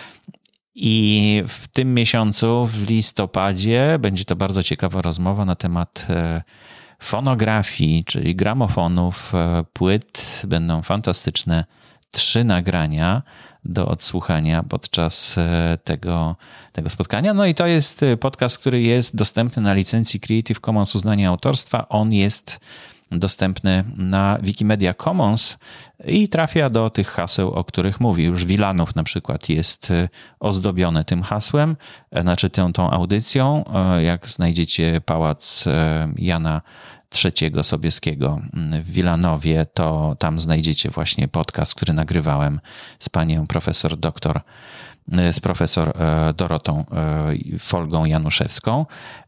I w tym miesiącu, w listopadzie, będzie to bardzo ciekawa rozmowa na temat fonografii, czyli gramofonów, płyt. Będą fantastyczne trzy nagrania do odsłuchania podczas tego, tego spotkania. No i to jest podcast, który jest dostępny na licencji Creative Commons uznania autorstwa. On jest dostępny na Wikimedia Commons i trafia do tych haseł, o których mówi. Już Wilanów na przykład jest ozdobione tym hasłem, znaczy tą, tą audycją. Jak znajdziecie Pałac Jana trzeciego Sobieskiego w Wilanowie, to tam znajdziecie właśnie podcast, który nagrywałem z panią profesor doktor z profesor Dorotą Folgą Januszewską.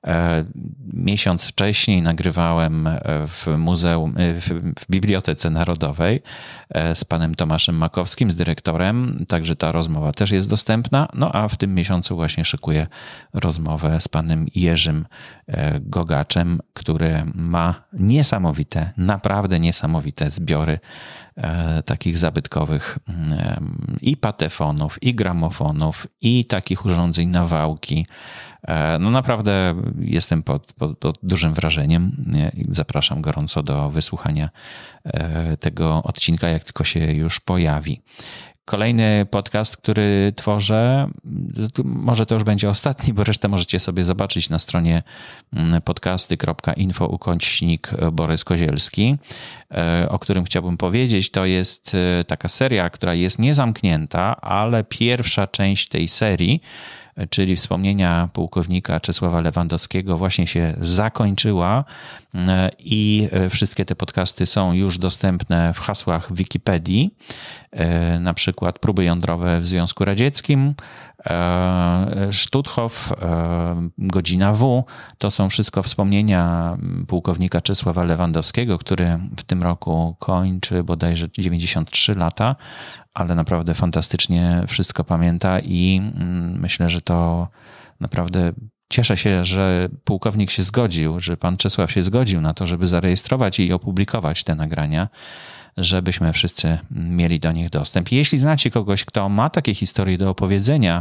Miesiąc wcześniej nagrywałem w Muzeum, w Bibliotece Narodowej z panem Tomaszem Makowskim, z dyrektorem, także ta rozmowa też jest dostępna. No a w tym miesiącu właśnie szykuję rozmowę z panem Jerzym Gogaczem, który ma niesamowite, naprawdę niesamowite zbiory takich zabytkowych i patefonów, i gramofonów, i takich urządzeń na wałki. No naprawdę jestem pod, pod, pod dużym wrażeniem. Zapraszam gorąco do wysłuchania tego odcinka, jak tylko się już pojawi. Kolejny podcast, który tworzę, może to już będzie ostatni, bo resztę możecie sobie zobaczyć na stronie podcasty kropka info ukośnik Borys Kozielski, o którym chciałbym powiedzieć. To jest taka seria, która jest niezamknięta, ale pierwsza część tej serii, czyli wspomnienia pułkownika Czesława Lewandowskiego, właśnie się zakończyła i wszystkie te podcasty są już dostępne w hasłach Wikipedii, na przykład próby jądrowe w Związku Radzieckim, Stutthof, Godzina W. To są wszystko wspomnienia pułkownika Czesława Lewandowskiego, który w tym roku kończy bodajże dziewięćdziesiąt trzy lata, ale naprawdę fantastycznie wszystko pamięta i myślę, że to naprawdę cieszę się, że pułkownik się zgodził, że pan Czesław się zgodził na to, żeby zarejestrować i opublikować te nagrania, żebyśmy wszyscy mieli do nich dostęp. I jeśli znacie kogoś, kto ma takie historie do opowiedzenia,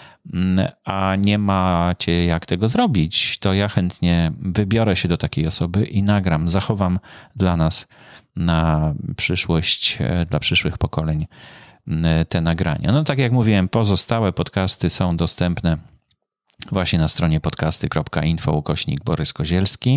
a nie macie jak tego zrobić, to ja chętnie wybiorę się do takiej osoby i nagram, zachowam dla nas na przyszłość, dla przyszłych pokoleń te nagrania. No tak jak mówiłem, pozostałe podcasty są dostępne właśnie na stronie podcasty kropka info ukośnik Borys Kozielski.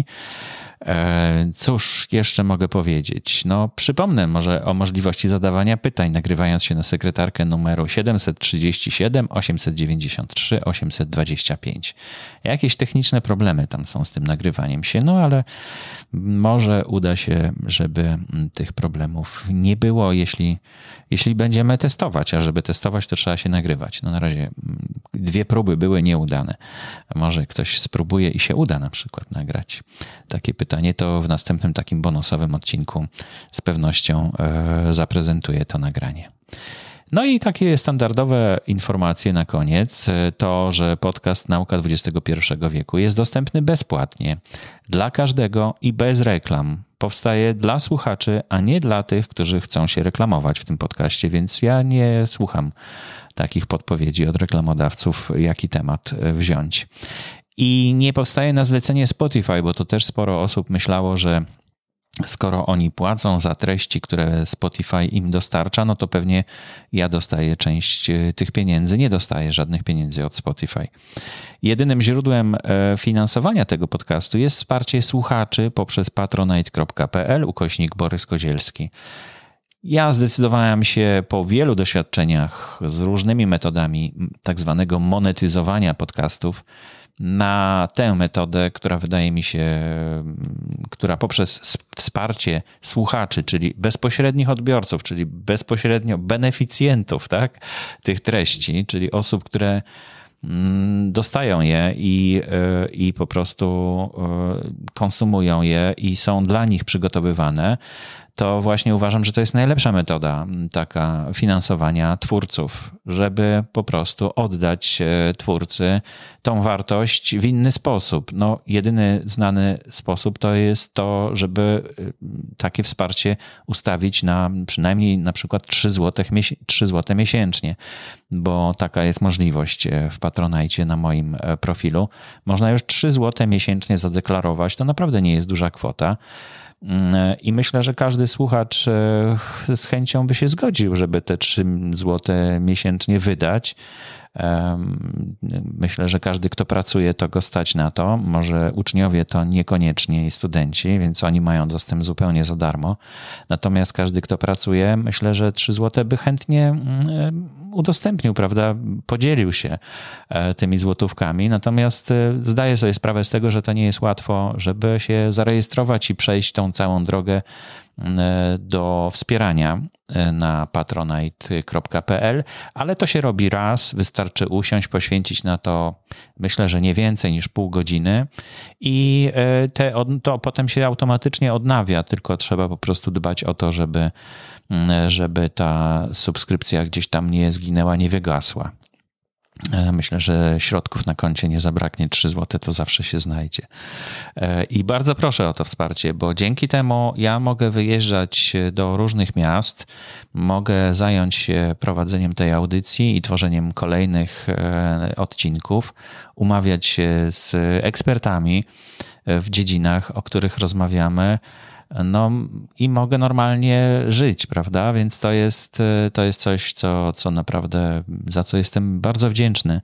Cóż jeszcze mogę powiedzieć? No, przypomnę może o możliwości zadawania pytań, nagrywając się na sekretarkę numeru siedem trzy siedem, osiem dziewięć trzy, osiem dwa pięć. Jakieś techniczne problemy tam są z tym nagrywaniem się, no ale może uda się, żeby tych problemów nie było, jeśli, jeśli będziemy testować, a żeby testować, to trzeba się nagrywać. No na razie dwie próby były nieudane. Może ktoś spróbuje i się uda na przykład nagrać takie pytanie, to w następnym takim bonusowym odcinku z pewnością zaprezentuję to nagranie. No i takie standardowe informacje na koniec. To, że podcast Nauka dwudziestego pierwszego wieku jest dostępny bezpłatnie dla każdego i bez reklam. Powstaje dla słuchaczy, a nie dla tych, którzy chcą się reklamować w tym podcaście, więc ja nie słucham takich podpowiedzi od reklamodawców, jaki temat wziąć. I nie powstaje na zlecenie Spotify, bo to też sporo osób myślało, że skoro oni płacą za treści, które Spotify im dostarcza, no to pewnie ja dostaję część tych pieniędzy. Nie dostaję żadnych pieniędzy od Spotify. Jedynym źródłem finansowania tego podcastu jest wsparcie słuchaczy poprzez patronite kropka pl ukośnik Borys Kozielski. Ja zdecydowałem się po wielu doświadczeniach z różnymi metodami tak zwanego monetyzowania podcastów na tę metodę, która wydaje mi się, która poprzez wsparcie słuchaczy, czyli bezpośrednich odbiorców, czyli bezpośrednio beneficjentów, tak, tych treści, czyli osób, które dostają je i, i po prostu konsumują je i są dla nich przygotowywane, to właśnie uważam, że to jest najlepsza metoda taka finansowania twórców, żeby po prostu oddać twórcy tą wartość w inny sposób. No, jedyny znany sposób to jest to, żeby takie wsparcie ustawić na przynajmniej na przykład trzy złote miesięcznie, bo taka jest możliwość w Patronite na moim profilu. Można już trzy złote miesięcznie zadeklarować, to naprawdę nie jest duża kwota. I myślę, że każdy słuchacz z chęcią by się zgodził, żeby te trzy złote miesięcznie wydać. Myślę, że każdy, kto pracuje, to go stać na to. Może uczniowie to niekoniecznie i studenci, więc oni mają dostęp zupełnie za darmo. Natomiast każdy, kto pracuje, myślę, że trzy złote by chętnie udostępnił, prawda? Podzielił się tymi złotówkami. Natomiast zdaję sobie sprawę z tego, że to nie jest łatwo, żeby się zarejestrować i przejść tą całą drogę do wspierania na patronite kropka p l, ale to się robi raz, wystarczy usiąść, poświęcić na to, myślę, że nie więcej niż pół godziny i te, to potem się automatycznie odnawia, tylko trzeba po prostu dbać o to, żeby, żeby ta subskrypcja gdzieś tam nie zginęła, nie wygasła. Myślę, że środków na koncie nie zabraknie, trzy złote to zawsze się znajdzie. I bardzo proszę o to wsparcie, bo dzięki temu ja mogę wyjeżdżać do różnych miast, mogę zająć się prowadzeniem tej audycji i tworzeniem kolejnych odcinków, umawiać się z ekspertami w dziedzinach, o których rozmawiamy, no i mogę normalnie żyć, prawda? Więc to jest, to jest coś, co, co naprawdę, za co jestem bardzo wdzięczny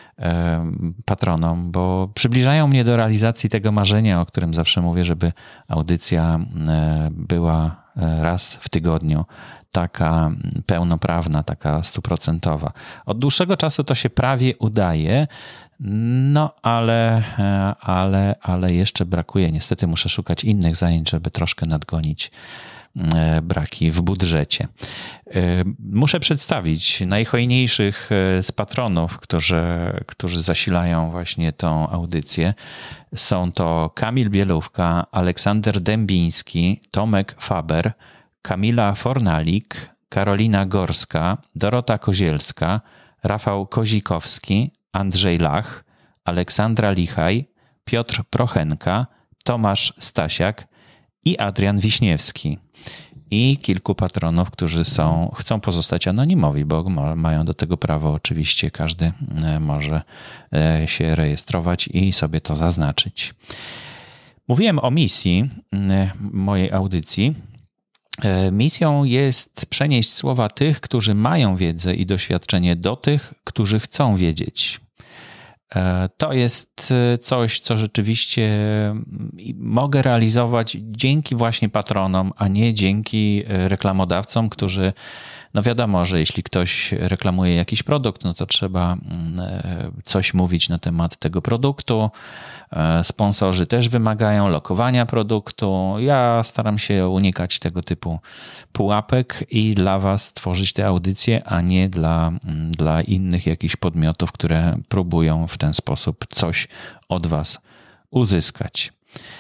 patronom, bo przybliżają mnie do realizacji tego marzenia, o którym zawsze mówię, żeby audycja była raz w tygodniu taka pełnoprawna, taka stuprocentowa. Od dłuższego czasu to się prawie udaje, no ale, ale, ale jeszcze brakuje. Niestety muszę szukać innych zajęć, żeby troszkę nadgonić braki w budżecie. Muszę przedstawić najhojniejszych z patronów, którzy, którzy zasilają właśnie tą audycję. Są to Kamil Bielówka, Aleksander Dębiński, Tomek Faber, Kamila Fornalik, Karolina Gorska, Dorota Kozielska, Rafał Kozikowski, Andrzej Lach, Aleksandra Lichaj, Piotr Prochenka, Tomasz Stasiak i Adrian Wiśniewski. I kilku patronów, którzy są, chcą pozostać anonimowi, bo mają do tego prawo oczywiście. Każdy może się rejestrować i sobie to zaznaczyć. Mówiłem o misji mojej audycji. Misją jest przenieść słowa tych, którzy mają wiedzę i doświadczenie, do tych, którzy chcą wiedzieć. To jest coś, co rzeczywiście mogę realizować dzięki właśnie patronom, a nie dzięki reklamodawcom, którzy, no wiadomo, że jeśli ktoś reklamuje jakiś produkt, no to trzeba coś mówić na temat tego produktu. Sponsorzy też wymagają lokowania produktu. Ja staram się unikać tego typu pułapek i dla was tworzyć te audycje, a nie dla, dla innych jakichś podmiotów, które próbują w ten sposób coś od was uzyskać.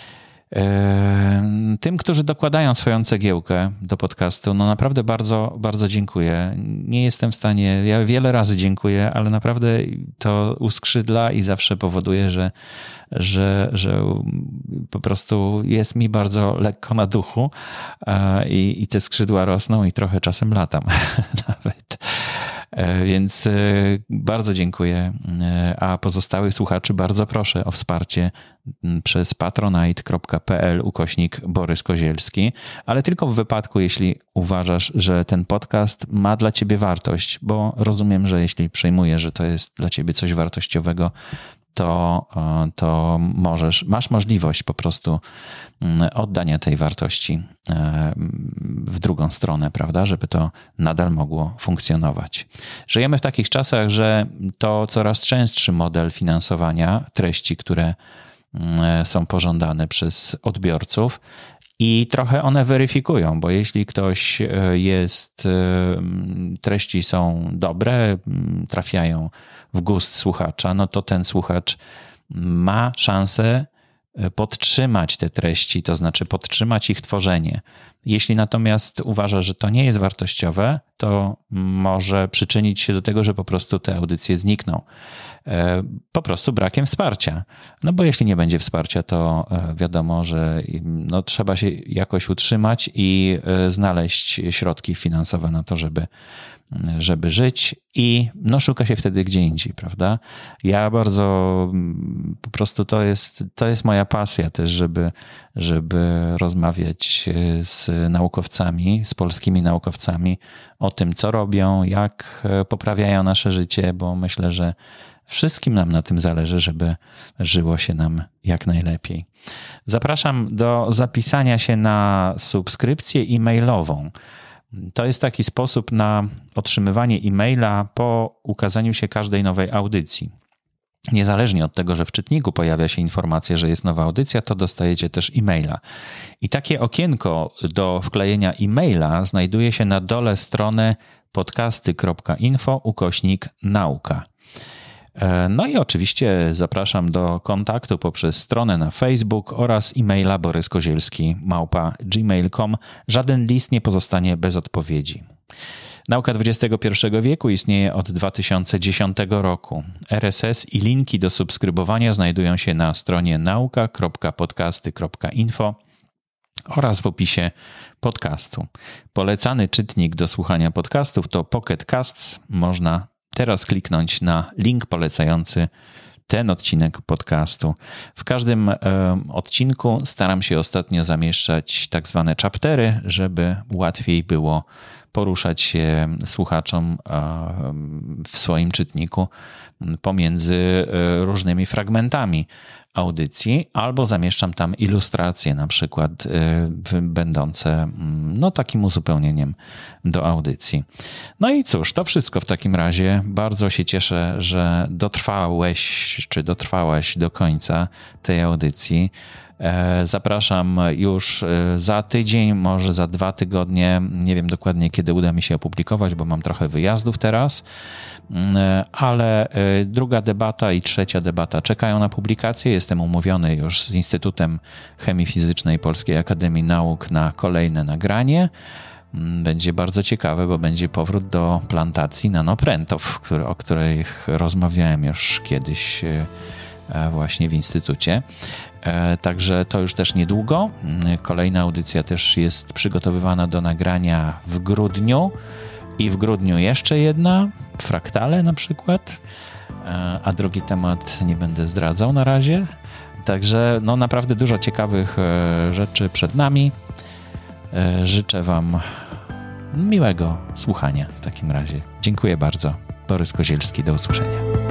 Tym, którzy dokładają swoją cegiełkę do podcastu, no naprawdę bardzo, bardzo dziękuję. Nie jestem w stanie, ja wiele razy dziękuję, ale naprawdę to uskrzydla i zawsze powoduje, że, że, że po prostu jest mi bardzo lekko na duchu i, i te skrzydła rosną i trochę czasem latam nawet. Więc bardzo dziękuję, a pozostałych słuchaczy bardzo proszę o wsparcie przez patronite kropka p l ukośnik Borys Kozielski, ale tylko w wypadku, jeśli uważasz, że ten podcast ma dla ciebie wartość, bo rozumiem, że jeśli przejmujesz, że to jest dla ciebie coś wartościowego, to, to możesz, masz możliwość po prostu oddania tej wartości w drugą stronę, prawda, żeby to nadal mogło funkcjonować. Żyjemy w takich czasach, że to coraz częstszy model finansowania treści, które są pożądane przez odbiorców i trochę one weryfikują, bo jeśli ktoś jest, treści są dobre, trafiają w gust słuchacza, no to ten słuchacz ma szansę podtrzymać te treści, to znaczy podtrzymać ich tworzenie. Jeśli natomiast uważa, że to nie jest wartościowe, to może przyczynić się do tego, że po prostu te audycje znikną. Po prostu brakiem wsparcia. No bo jeśli nie będzie wsparcia, to wiadomo, że no, trzeba się jakoś utrzymać i znaleźć środki finansowe na to, żeby żeby żyć i no szuka się wtedy gdzie indziej, prawda? Ja bardzo po prostu to jest, to jest moja pasja też, żeby, żeby rozmawiać z naukowcami, z polskimi naukowcami o tym, co robią, jak poprawiają nasze życie, bo myślę, że wszystkim nam na tym zależy, żeby żyło się nam jak najlepiej. Zapraszam do zapisania się na subskrypcję e-mailową. To jest taki sposób na otrzymywanie e-maila po ukazaniu się każdej nowej audycji. Niezależnie od tego, że w czytniku pojawia się informacja, że jest nowa audycja, to dostajecie też e-maila. I takie okienko do wklejenia e-maila znajduje się na dole strony podcasty kropka info ukośnik nauka. No i oczywiście zapraszam do kontaktu poprzez stronę na Facebook oraz e-maila boryskozielski małpa gmail kropka com. Żaden list nie pozostanie bez odpowiedzi. Nauka dwudziestego pierwszego wieku istnieje od dwa tysiące dziesiątego roku. R S S i linki do subskrybowania znajdują się na stronie nauka kropka podcasty kropka info oraz w opisie podcastu. Polecany czytnik do słuchania podcastów to Pocket Casts. Można teraz kliknąć na link polecający ten odcinek podcastu. W każdym e, odcinku staram się ostatnio zamieszczać tak zwane chaptery, żeby łatwiej było poruszać się słuchaczom e, w swoim czytniku pomiędzy e, różnymi fragmentami audycji, albo zamieszczam tam ilustracje na przykład y, będące no, takim uzupełnieniem do audycji. No i cóż, to wszystko w takim razie. Bardzo się cieszę, że dotrwałeś czy dotrwałaś do końca tej audycji. Zapraszam już za tydzień, może za dwa tygodnie. Nie wiem dokładnie, kiedy uda mi się opublikować, bo mam trochę wyjazdów teraz. Ale druga debata i trzecia debata czekają na publikację. Jestem umówiony już z Instytutem Chemii Fizycznej Polskiej Akademii Nauk na kolejne nagranie. Będzie bardzo ciekawe, bo będzie powrót do plantacji nanoprętów, który, o których rozmawiałem już kiedyś właśnie w Instytucie. Także to już też niedługo. Kolejna audycja też jest przygotowywana do nagrania w grudniu i w grudniu jeszcze jedna, fraktale na przykład, a drugi temat nie będę zdradzał na razie. Także no naprawdę dużo ciekawych rzeczy przed nami. Życzę Wam miłego słuchania w takim razie. Dziękuję bardzo. Borys Kozielski, do usłyszenia.